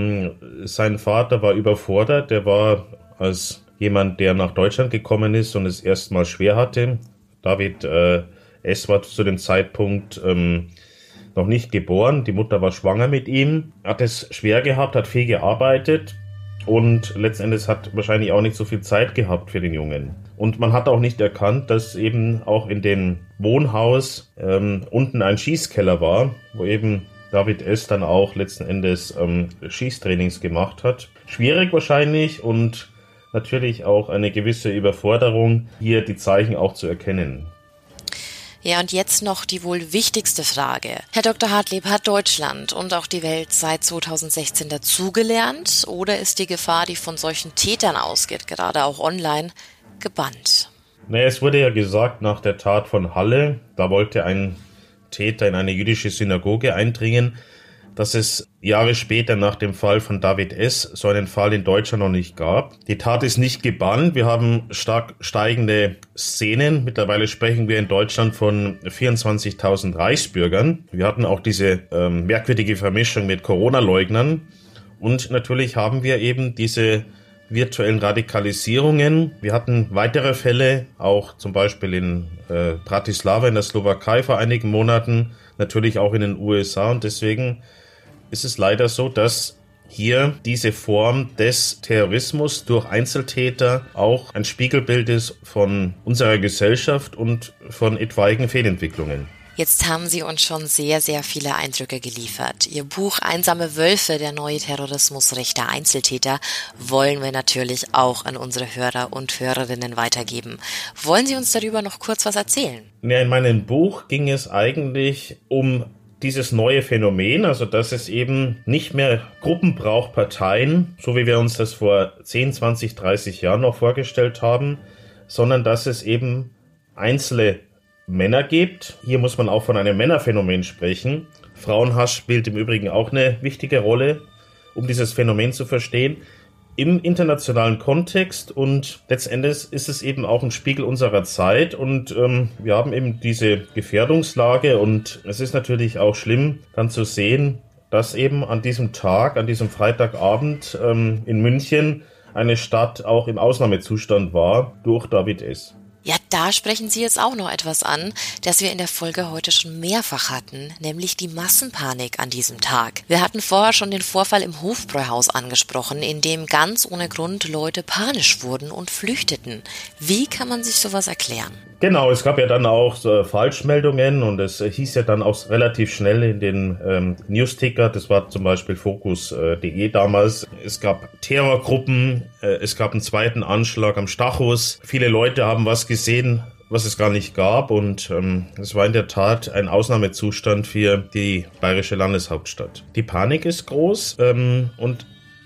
Sein Vater war überfordert. Der war als jemand, der nach Deutschland gekommen ist und es erstmal schwer hatte. David S. war zu dem Zeitpunkt noch nicht geboren. Die Mutter war schwanger mit ihm, hat es schwer gehabt, hat viel gearbeitet. Und letztendlich hat wahrscheinlich auch nicht so viel Zeit gehabt für den Jungen. Und man hat auch nicht erkannt, dass eben auch in dem Wohnhaus unten ein Schießkeller war, wo eben David S. dann auch letzten Endes Schießtrainings gemacht hat. Schwierig wahrscheinlich und natürlich auch eine gewisse Überforderung, hier die Zeichen auch zu erkennen. Ja, und jetzt noch die wohl wichtigste Frage. Herr Dr. Hartlieb, hat Deutschland und auch die Welt seit 2016 dazugelernt oder ist die Gefahr, die von solchen Tätern ausgeht, gerade auch online, gebannt? Naja, es wurde ja gesagt, nach der Tat von Halle, da wollte ein Täter in eine jüdische Synagoge eindringen, dass es Jahre später nach dem Fall von David S. so einen Fall in Deutschland noch nicht gab. Die Tat ist nicht gebannt. Wir haben stark steigende Szenen. Mittlerweile sprechen wir in Deutschland von 24.000 Reichsbürgern. Wir hatten auch diese merkwürdige Vermischung mit Corona-Leugnern. Und natürlich haben wir eben diese virtuellen Radikalisierungen. Wir hatten weitere Fälle, auch zum Beispiel in Bratislava in der Slowakei vor einigen Monaten, natürlich auch in den USA. Und deswegen ist es leider so, dass hier diese Form des Terrorismus durch Einzeltäter auch ein Spiegelbild ist von unserer Gesellschaft und von etwaigen Fehlentwicklungen. Jetzt haben Sie uns schon sehr, sehr viele Eindrücke geliefert. Ihr Buch Einsame Wölfe, der neue Terrorismus rechter Einzeltäter, wollen wir natürlich auch an unsere Hörer und Hörerinnen weitergeben. Wollen Sie uns darüber noch kurz was erzählen? Ja, in meinem Buch ging es eigentlich um dieses neue Phänomen, also dass es eben nicht mehr Gruppen braucht, Parteien, so wie wir uns das vor 10, 20, 30 Jahren noch vorgestellt haben, sondern dass es eben einzelne Männer gibt. Hier muss man auch von einem Männerphänomen sprechen. Frauenhass spielt im Übrigen auch eine wichtige Rolle, um dieses Phänomen zu verstehen. Im internationalen Kontext und letztendlich ist es eben auch ein Spiegel unserer Zeit und wir haben eben diese Gefährdungslage und es ist natürlich auch schlimm dann zu sehen, dass eben an diesem Tag, an diesem Freitagabend in München eine Stadt auch im Ausnahmezustand war durch David S. Ja, da sprechen Sie jetzt auch noch etwas an, das wir in der Folge heute schon mehrfach hatten, nämlich die Massenpanik an diesem Tag. Wir hatten vorher schon den Vorfall im Hofbräuhaus angesprochen, in dem ganz ohne Grund Leute panisch wurden und flüchteten. Wie kann man sich sowas erklären? Genau, es gab ja dann auch Falschmeldungen und es hieß ja dann auch relativ schnell in den Newsticker, das war zum Beispiel Focus.de damals, es gab Terrorgruppen, es gab einen zweiten Anschlag am Stachus, viele Leute haben was gesehen, was es gar nicht gab und es war in der Tat ein Ausnahmezustand für die bayerische Landeshauptstadt. Die Panik ist groß und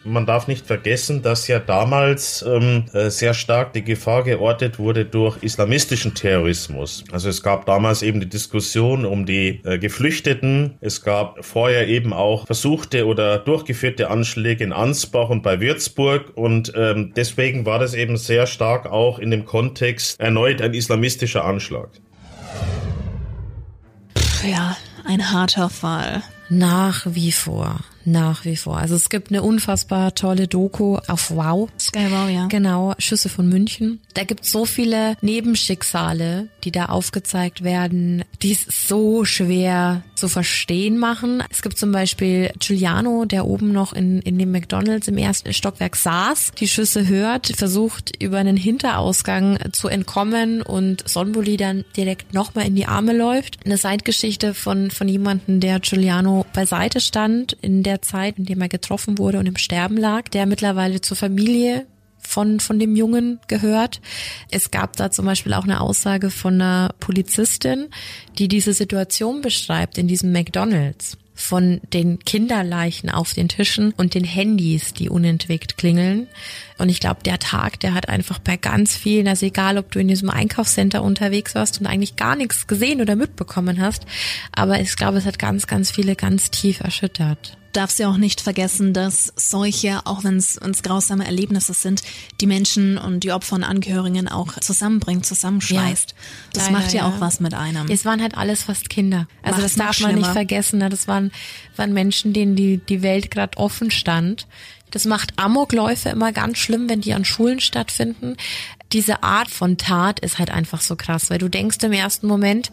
man darf nicht vergessen, dass ja damals sehr stark die Gefahr geortet wurde durch islamistischen Terrorismus. Also es gab damals eben die Diskussion um die Geflüchteten. Es gab vorher eben auch versuchte oder durchgeführte Anschläge in Ansbach und bei Würzburg und deswegen war das eben sehr stark auch in dem Kontext erneut ein islamistischer Anschlag. Ja, ein harter Fall. Nach wie vor. Also es gibt eine unfassbar tolle Doku auf Wow. Sky Wow, ja. Genau, Schüsse von München. Da gibt es so viele Nebenschicksale, die da aufgezeigt werden, die es so schwer zu verstehen machen. Es gibt zum Beispiel Giuliano, der oben noch in dem McDonald's im ersten Stockwerk saß, die Schüsse hört, versucht über einen Hinterausgang zu entkommen und Sonboli dann direkt nochmal in die Arme läuft. Eine Seitgeschichte von jemandem, der Giuliano beiseite stand in der Zeit, in dem er getroffen wurde und im Sterben lag, der mittlerweile zur Familie von dem Jungen gehört. Es gab da zum Beispiel auch eine Aussage von einer Polizistin, die diese Situation beschreibt in diesem McDonald's. Von den Kinderleichen auf den Tischen und den Handys, die unentwegt klingeln. Und ich glaube, der Tag, der hat einfach bei ganz vielen, also egal, ob du in diesem Einkaufscenter unterwegs warst und eigentlich gar nichts gesehen oder mitbekommen hast, aber ich glaube, es hat ganz, ganz viele ganz tief erschüttert. Darfst ja auch nicht vergessen, dass solche, auch wenn es grausame Erlebnisse sind, die Menschen und die Opfer und Angehörigen auch zusammenbringt, zusammenschweißt. Ja, das leider, macht ja auch was mit einem. Es waren halt alles fast Kinder. Also das darf man nicht vergessen. Das waren Menschen, denen die Welt gerade offen stand. Das macht Amokläufe immer ganz schlimm, wenn die an Schulen stattfinden. Diese Art von Tat ist halt einfach so krass, weil du denkst im ersten Moment,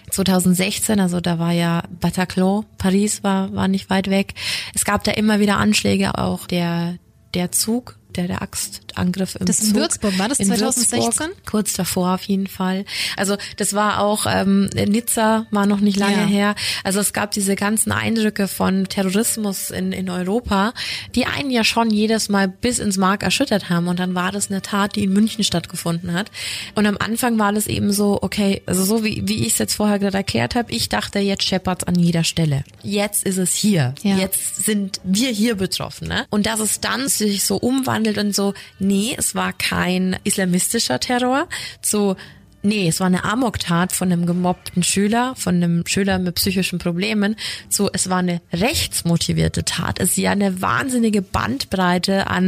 2016, also da war ja Bataclan, Paris war nicht weit weg. Es gab da immer wieder Anschläge, auch der Zug, der Axtangriff im Zug. Das in Würzburg, war das 2016? Würzburg, kurz davor auf jeden Fall. Also das war auch, Nizza war noch nicht lange her. Also es gab diese ganzen Eindrücke von Terrorismus in Europa, die einen ja schon jedes Mal bis ins Mark erschüttert haben. Und dann war das eine Tat, die in München stattgefunden hat. Und am Anfang war das eben so, okay, also so wie ich es jetzt vorher gerade erklärt habe, ich dachte, jetzt scheppert's an jeder Stelle. Jetzt ist es hier. Ja. Jetzt sind wir hier betroffen. Ne? Und dass es dann sich so umwandelt und so, nee, es war kein islamistischer Terror, nee, es war eine Amoktat von einem gemobbten Schüler, von einem Schüler mit psychischen Problemen, es war eine rechtsmotivierte Tat, es ist ja eine wahnsinnige Bandbreite an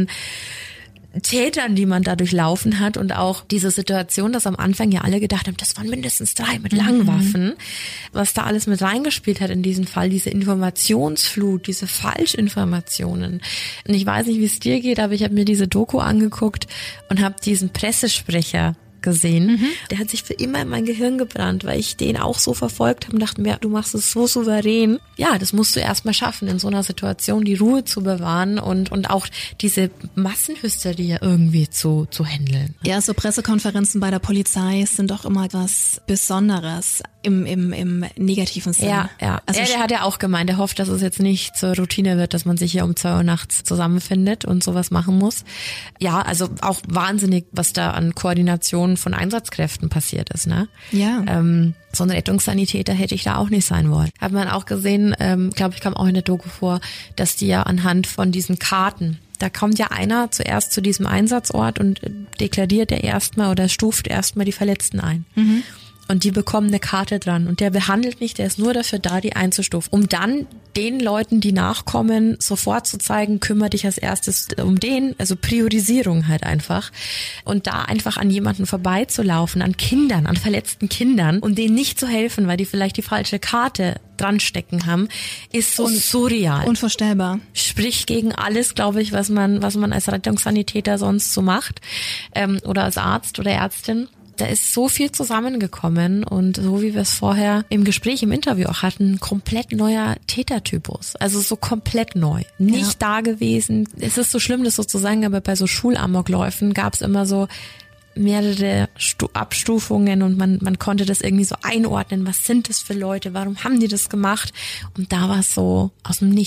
Tätern, die man da durchlaufen hat und auch diese Situation, dass am Anfang ja alle gedacht haben, das waren mindestens 3 mit Langwaffen, was da alles mit reingespielt hat in diesem Fall, diese Informationsflut, diese Falschinformationen. Und ich weiß nicht, wie es dir geht, aber ich habe mir diese Doku angeguckt und habe diesen Pressesprecher gesehen. Der hat sich für immer in mein Gehirn gebrannt, weil ich den auch so verfolgt habe und dachte mir, du machst es so souverän. Ja, das musst du erstmal schaffen, in so einer Situation die Ruhe zu bewahren und auch diese Massenhysterie irgendwie zu handeln. Ja, so Pressekonferenzen bei der Polizei sind doch immer was Besonderes im negativen Sinne. Ja. Also der hat ja auch gemeint, er hofft, dass es jetzt nicht zur Routine wird, dass man sich hier um 2 Uhr nachts zusammenfindet und sowas machen muss. Ja, also auch wahnsinnig, was da an Koordination von Einsatzkräften passiert ist, ne? Ja. So ein Rettungssanitäter hätte ich da auch nicht sein wollen. Hat man auch gesehen, glaube ich, kam auch in der Doku vor, dass die ja anhand von diesen Karten, da kommt ja einer zuerst zu diesem Einsatzort und deklariert er erstmal oder stuft erstmal die Verletzten ein. Und die bekommen eine Karte dran und der behandelt nicht, der ist nur dafür da, die einzustufen, um dann den Leuten, die nachkommen, sofort zu zeigen, kümmere dich als erstes um den, also Priorisierung halt einfach. Und da einfach an jemanden vorbeizulaufen, an Kindern, an verletzten Kindern, um denen nicht zu helfen, weil die vielleicht die falsche Karte dran stecken haben, ist so surreal. Unvorstellbar. Spricht gegen alles, glaube ich, was man als Rettungssanitäter sonst so macht, oder als Arzt oder Ärztin. Da ist so viel zusammengekommen und so wie wir es vorher im Gespräch, im Interview auch hatten, komplett neuer Tätertypus. Also so komplett neu. Nicht da gewesen. Es ist so schlimm, das so zu sagen, aber bei so Schulamokläufen gab es immer so mehrere Abstufungen und man konnte das irgendwie so einordnen. Was sind das für Leute? Warum haben die das gemacht? Und da war es so aus dem Nichts.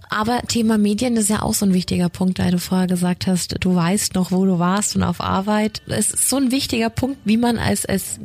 Aber Thema Medien ist ja auch so ein wichtiger Punkt, da du vorher gesagt hast, du weißt noch, wo du warst und auf Arbeit. Es ist so ein wichtiger Punkt, wie man als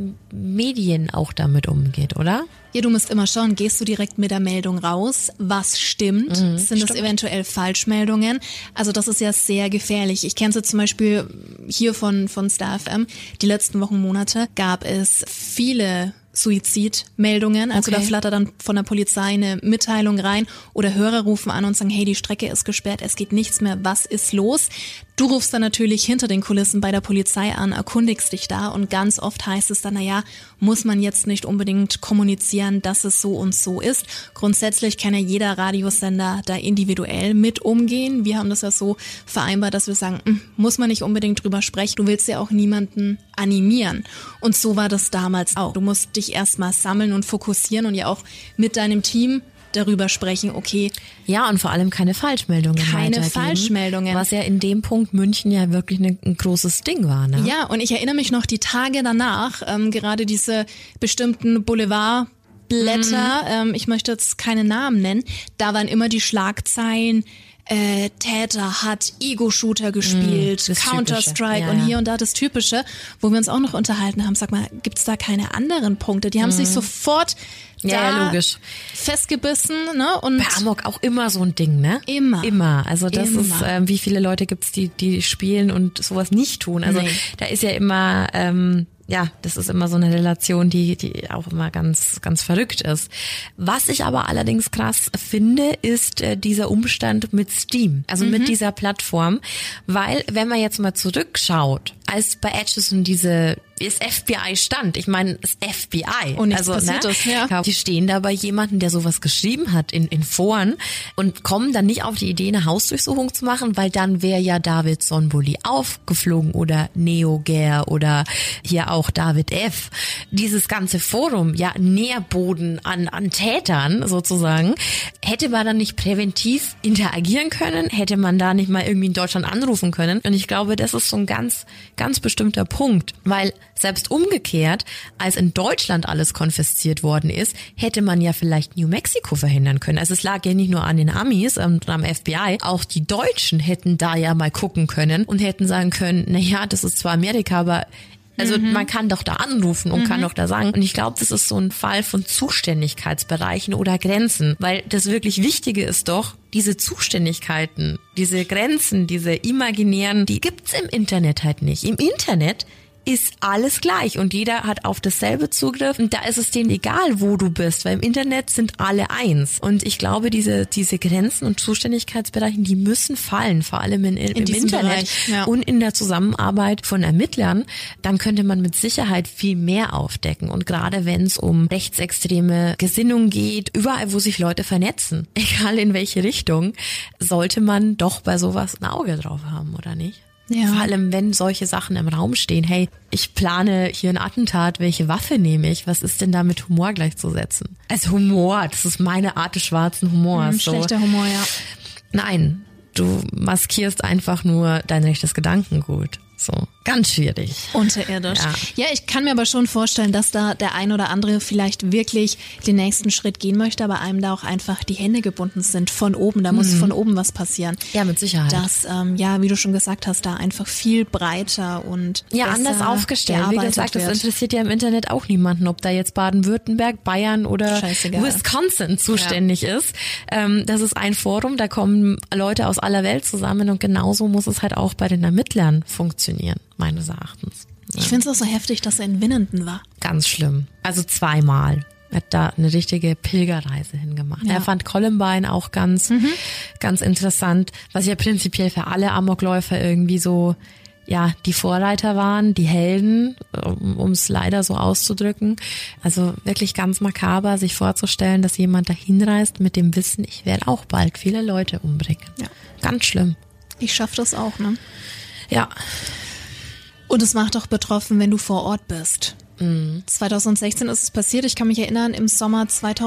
Medien auch damit umgeht, oder? Ja, du musst immer schauen, gehst du direkt mit der Meldung raus? Was stimmt? Sind das eventuell Falschmeldungen? Also das ist ja sehr gefährlich. Ich kenne es zum Beispiel hier von Star FM. Die letzten Wochen, Monate gab es viele Suizidmeldungen. Also da flattert dann von der Polizei eine Mitteilung rein oder Hörer rufen an und sagen, hey, die Strecke ist gesperrt, es geht nichts mehr, was ist los? Du rufst dann natürlich hinter den Kulissen bei der Polizei an, erkundigst dich da und ganz oft heißt es dann, naja, muss man jetzt nicht unbedingt kommunizieren, dass es so und so ist. Grundsätzlich kann ja jeder Radiosender da individuell mit umgehen. Wir haben das ja so vereinbart, dass wir sagen, muss man nicht unbedingt drüber sprechen. Du willst ja auch niemanden animieren. Und so war das damals auch. Du musst dich erstmal sammeln und fokussieren und ja auch mit deinem Team darüber sprechen, okay. Ja, und vor allem keine Falschmeldungen Keine Falschmeldungen. Was ja in dem Punkt München ja wirklich ein großes Ding war, ne? Ja, und ich erinnere mich noch die Tage danach, gerade diese bestimmten Boulevardblätter, ich möchte jetzt keine Namen nennen, da waren immer die Schlagzeilen, Täter hat Ego-Shooter gespielt, Counter-Strike und hier und da das Typische, wo wir uns auch noch unterhalten haben. Sag mal, gibt's da keine anderen Punkte? Die haben sich sofort logisch festgebissen, ne? Und bei Amok auch immer so ein Ding, ne? Immer. Also das ist, wie viele Leute gibt's, die spielen und sowas nicht tun. Also da ist ja immer, das ist immer so eine Relation, die auch immer ganz, ganz verrückt ist. Was ich aber allerdings krass finde, ist dieser Umstand mit Steam, also mit dieser Plattform, weil wenn man jetzt mal zurückschaut, als bei Atchison das FBI stand. Ich meine, das FBI. Und nichts passiert ist, ja. Die stehen da bei jemandem, der sowas geschrieben hat in Foren und kommen dann nicht auf die Idee, eine Hausdurchsuchung zu machen, weil dann wäre ja David Sonboli aufgeflogen oder NeoGer oder hier auch David F. Dieses ganze Forum, ja, Nährboden an Tätern sozusagen. Hätte man dann nicht präventiv interagieren können? Hätte man da nicht mal irgendwie in Deutschland anrufen können? Und ich glaube, das ist so ein ganz, ganz bestimmter Punkt, weil selbst umgekehrt, als in Deutschland alles konfisziert worden ist, hätte man ja vielleicht New Mexico verhindern können. Also es lag ja nicht nur an den Amis und am FBI, auch die Deutschen hätten da ja mal gucken können und hätten sagen können, naja, das ist zwar Amerika, aber also man kann doch da anrufen und kann doch da sagen. Und ich glaube, das ist so ein Fall von Zuständigkeitsbereichen oder Grenzen, weil das wirklich Wichtige ist doch, diese Zuständigkeiten, diese Grenzen, diese imaginären, die gibt's im Internet halt nicht. Im Internet ist alles gleich und jeder hat auf dasselbe Zugriff und da ist es denen egal, wo du bist, weil im Internet sind alle eins. Und ich glaube, diese Grenzen und Zuständigkeitsbereiche, die müssen fallen, vor allem im Internet Bereich, ja. Und in der Zusammenarbeit von Ermittlern. Dann könnte man mit Sicherheit viel mehr aufdecken. Und gerade wenn es um rechtsextreme Gesinnung geht, überall, wo sich Leute vernetzen, egal in welche Richtung, sollte man doch bei sowas ein Auge drauf haben, oder nicht? Ja. Vor allem, wenn solche Sachen im Raum stehen. Hey, ich plane hier ein Attentat, welche Waffe nehme ich? Was ist denn da mit Humor gleichzusetzen? Also Humor, das ist meine Art des schwarzen Humors. Schlechter Humor, ja. Nein, du maskierst einfach nur dein rechtes Gedankengut. So, ganz schwierig. Unterirdisch. Ja, ich kann mir aber schon vorstellen, dass da der ein oder andere vielleicht wirklich den nächsten Schritt gehen möchte, aber einem da auch einfach die Hände gebunden sind von oben. Da muss von oben was passieren. Ja, mit Sicherheit. Dass, wie du schon gesagt hast, da einfach viel breiter und anders aufgestellt. Wie gesagt, das interessiert ja im Internet auch niemanden, ob da jetzt Baden-Württemberg, Bayern oder Wisconsin zuständig ist. Das ist ein Forum, da kommen Leute aus aller Welt zusammen und genauso muss es halt auch bei den Ermittlern funktionieren, meines Erachtens. Ja. Ich finde es auch so heftig, dass er in Winnenden war. Ganz schlimm. Also 2-mal. Er hat da eine richtige Pilgerreise hingemacht. Ja. Er fand Columbine auch ganz interessant, was ja prinzipiell für alle Amokläufer irgendwie so, ja, die Vorreiter waren, die Helden, um es leider so auszudrücken. Also wirklich ganz makaber, sich vorzustellen, dass jemand da hinreist mit dem Wissen, ich werde auch bald viele Leute umbringen. Ja. Ganz schlimm. Ich schaffe das auch, ne? Ja. Und es macht auch betroffen, wenn du vor Ort bist. 2016 ist es passiert, ich kann mich erinnern, im Sommer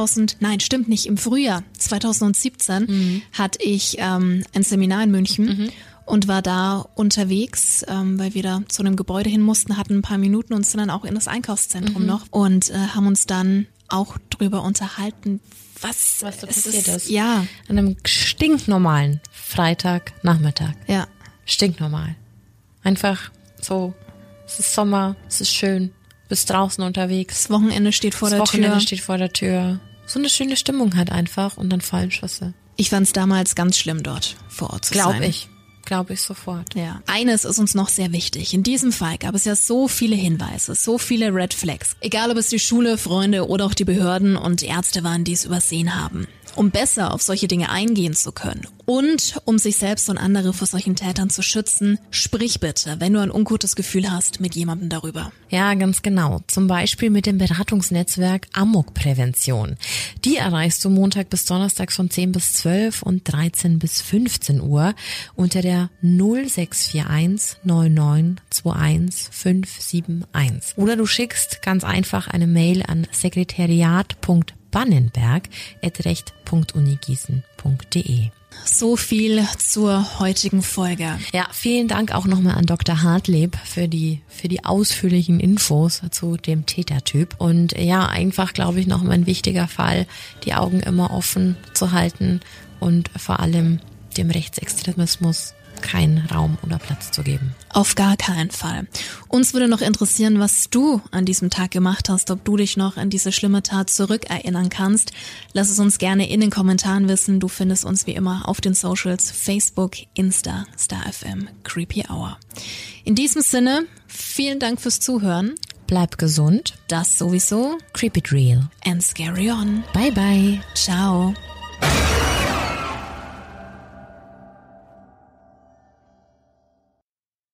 im Frühjahr 2017 hatte ich ein Seminar in München und war da unterwegs, weil wir da zu einem Gebäude hin mussten, hatten ein paar Minuten und sind dann auch in das Einkaufszentrum noch und haben uns dann auch drüber unterhalten, was da passiert ist. Ja. An einem stinknormalen Freitagnachmittag. Ja. Stinknormal. Einfach so, es ist Sommer, es ist schön, bist draußen unterwegs. Das Wochenende steht vor der Tür. Das Wochenende steht vor der Tür. So eine schöne Stimmung halt einfach und dann fallen Schüsse. Ich fand's damals ganz schlimm, dort vor Ort zu sein. Glaube ich sofort. Ja. Eines ist uns noch sehr wichtig. In diesem Fall gab es ja so viele Hinweise, so viele Red Flags. Egal, ob es die Schule, Freunde oder auch die Behörden und Ärzte waren, die es übersehen haben. Um besser auf solche Dinge eingehen zu können und um sich selbst und andere vor solchen Tätern zu schützen, sprich bitte, wenn du ein ungutes Gefühl hast, mit jemandem darüber. Ja, ganz genau. Zum Beispiel mit dem Beratungsnetzwerk Amokprävention. Die erreichst du Montag bis Donnerstag von 10 bis 12 und 13 bis 15 Uhr unter der 0641 9921 571. Oder du schickst ganz einfach eine Mail an sekretariat.bannenberg@recht.unigießen.de. So viel zur heutigen Folge. Ja, vielen Dank auch nochmal an Dr. Hartleb für die ausführlichen Infos zu dem Tätertyp. Und ja, einfach, glaube ich, nochmal ein wichtiger Fall, die Augen immer offen zu halten und vor allem dem Rechtsextremismus keinen Raum oder Platz zu geben. Auf gar keinen Fall. Uns würde noch interessieren, was du an diesem Tag gemacht hast, ob du dich noch an diese schlimme Tat zurückerinnern kannst. Lass es uns gerne in den Kommentaren wissen. Du findest uns wie immer auf den Socials, Facebook, Insta, StarFM, Creepy Hour. In diesem Sinne, vielen Dank fürs Zuhören. Bleib gesund. Das sowieso. Creep it real. And scary on. Bye bye. Ciao.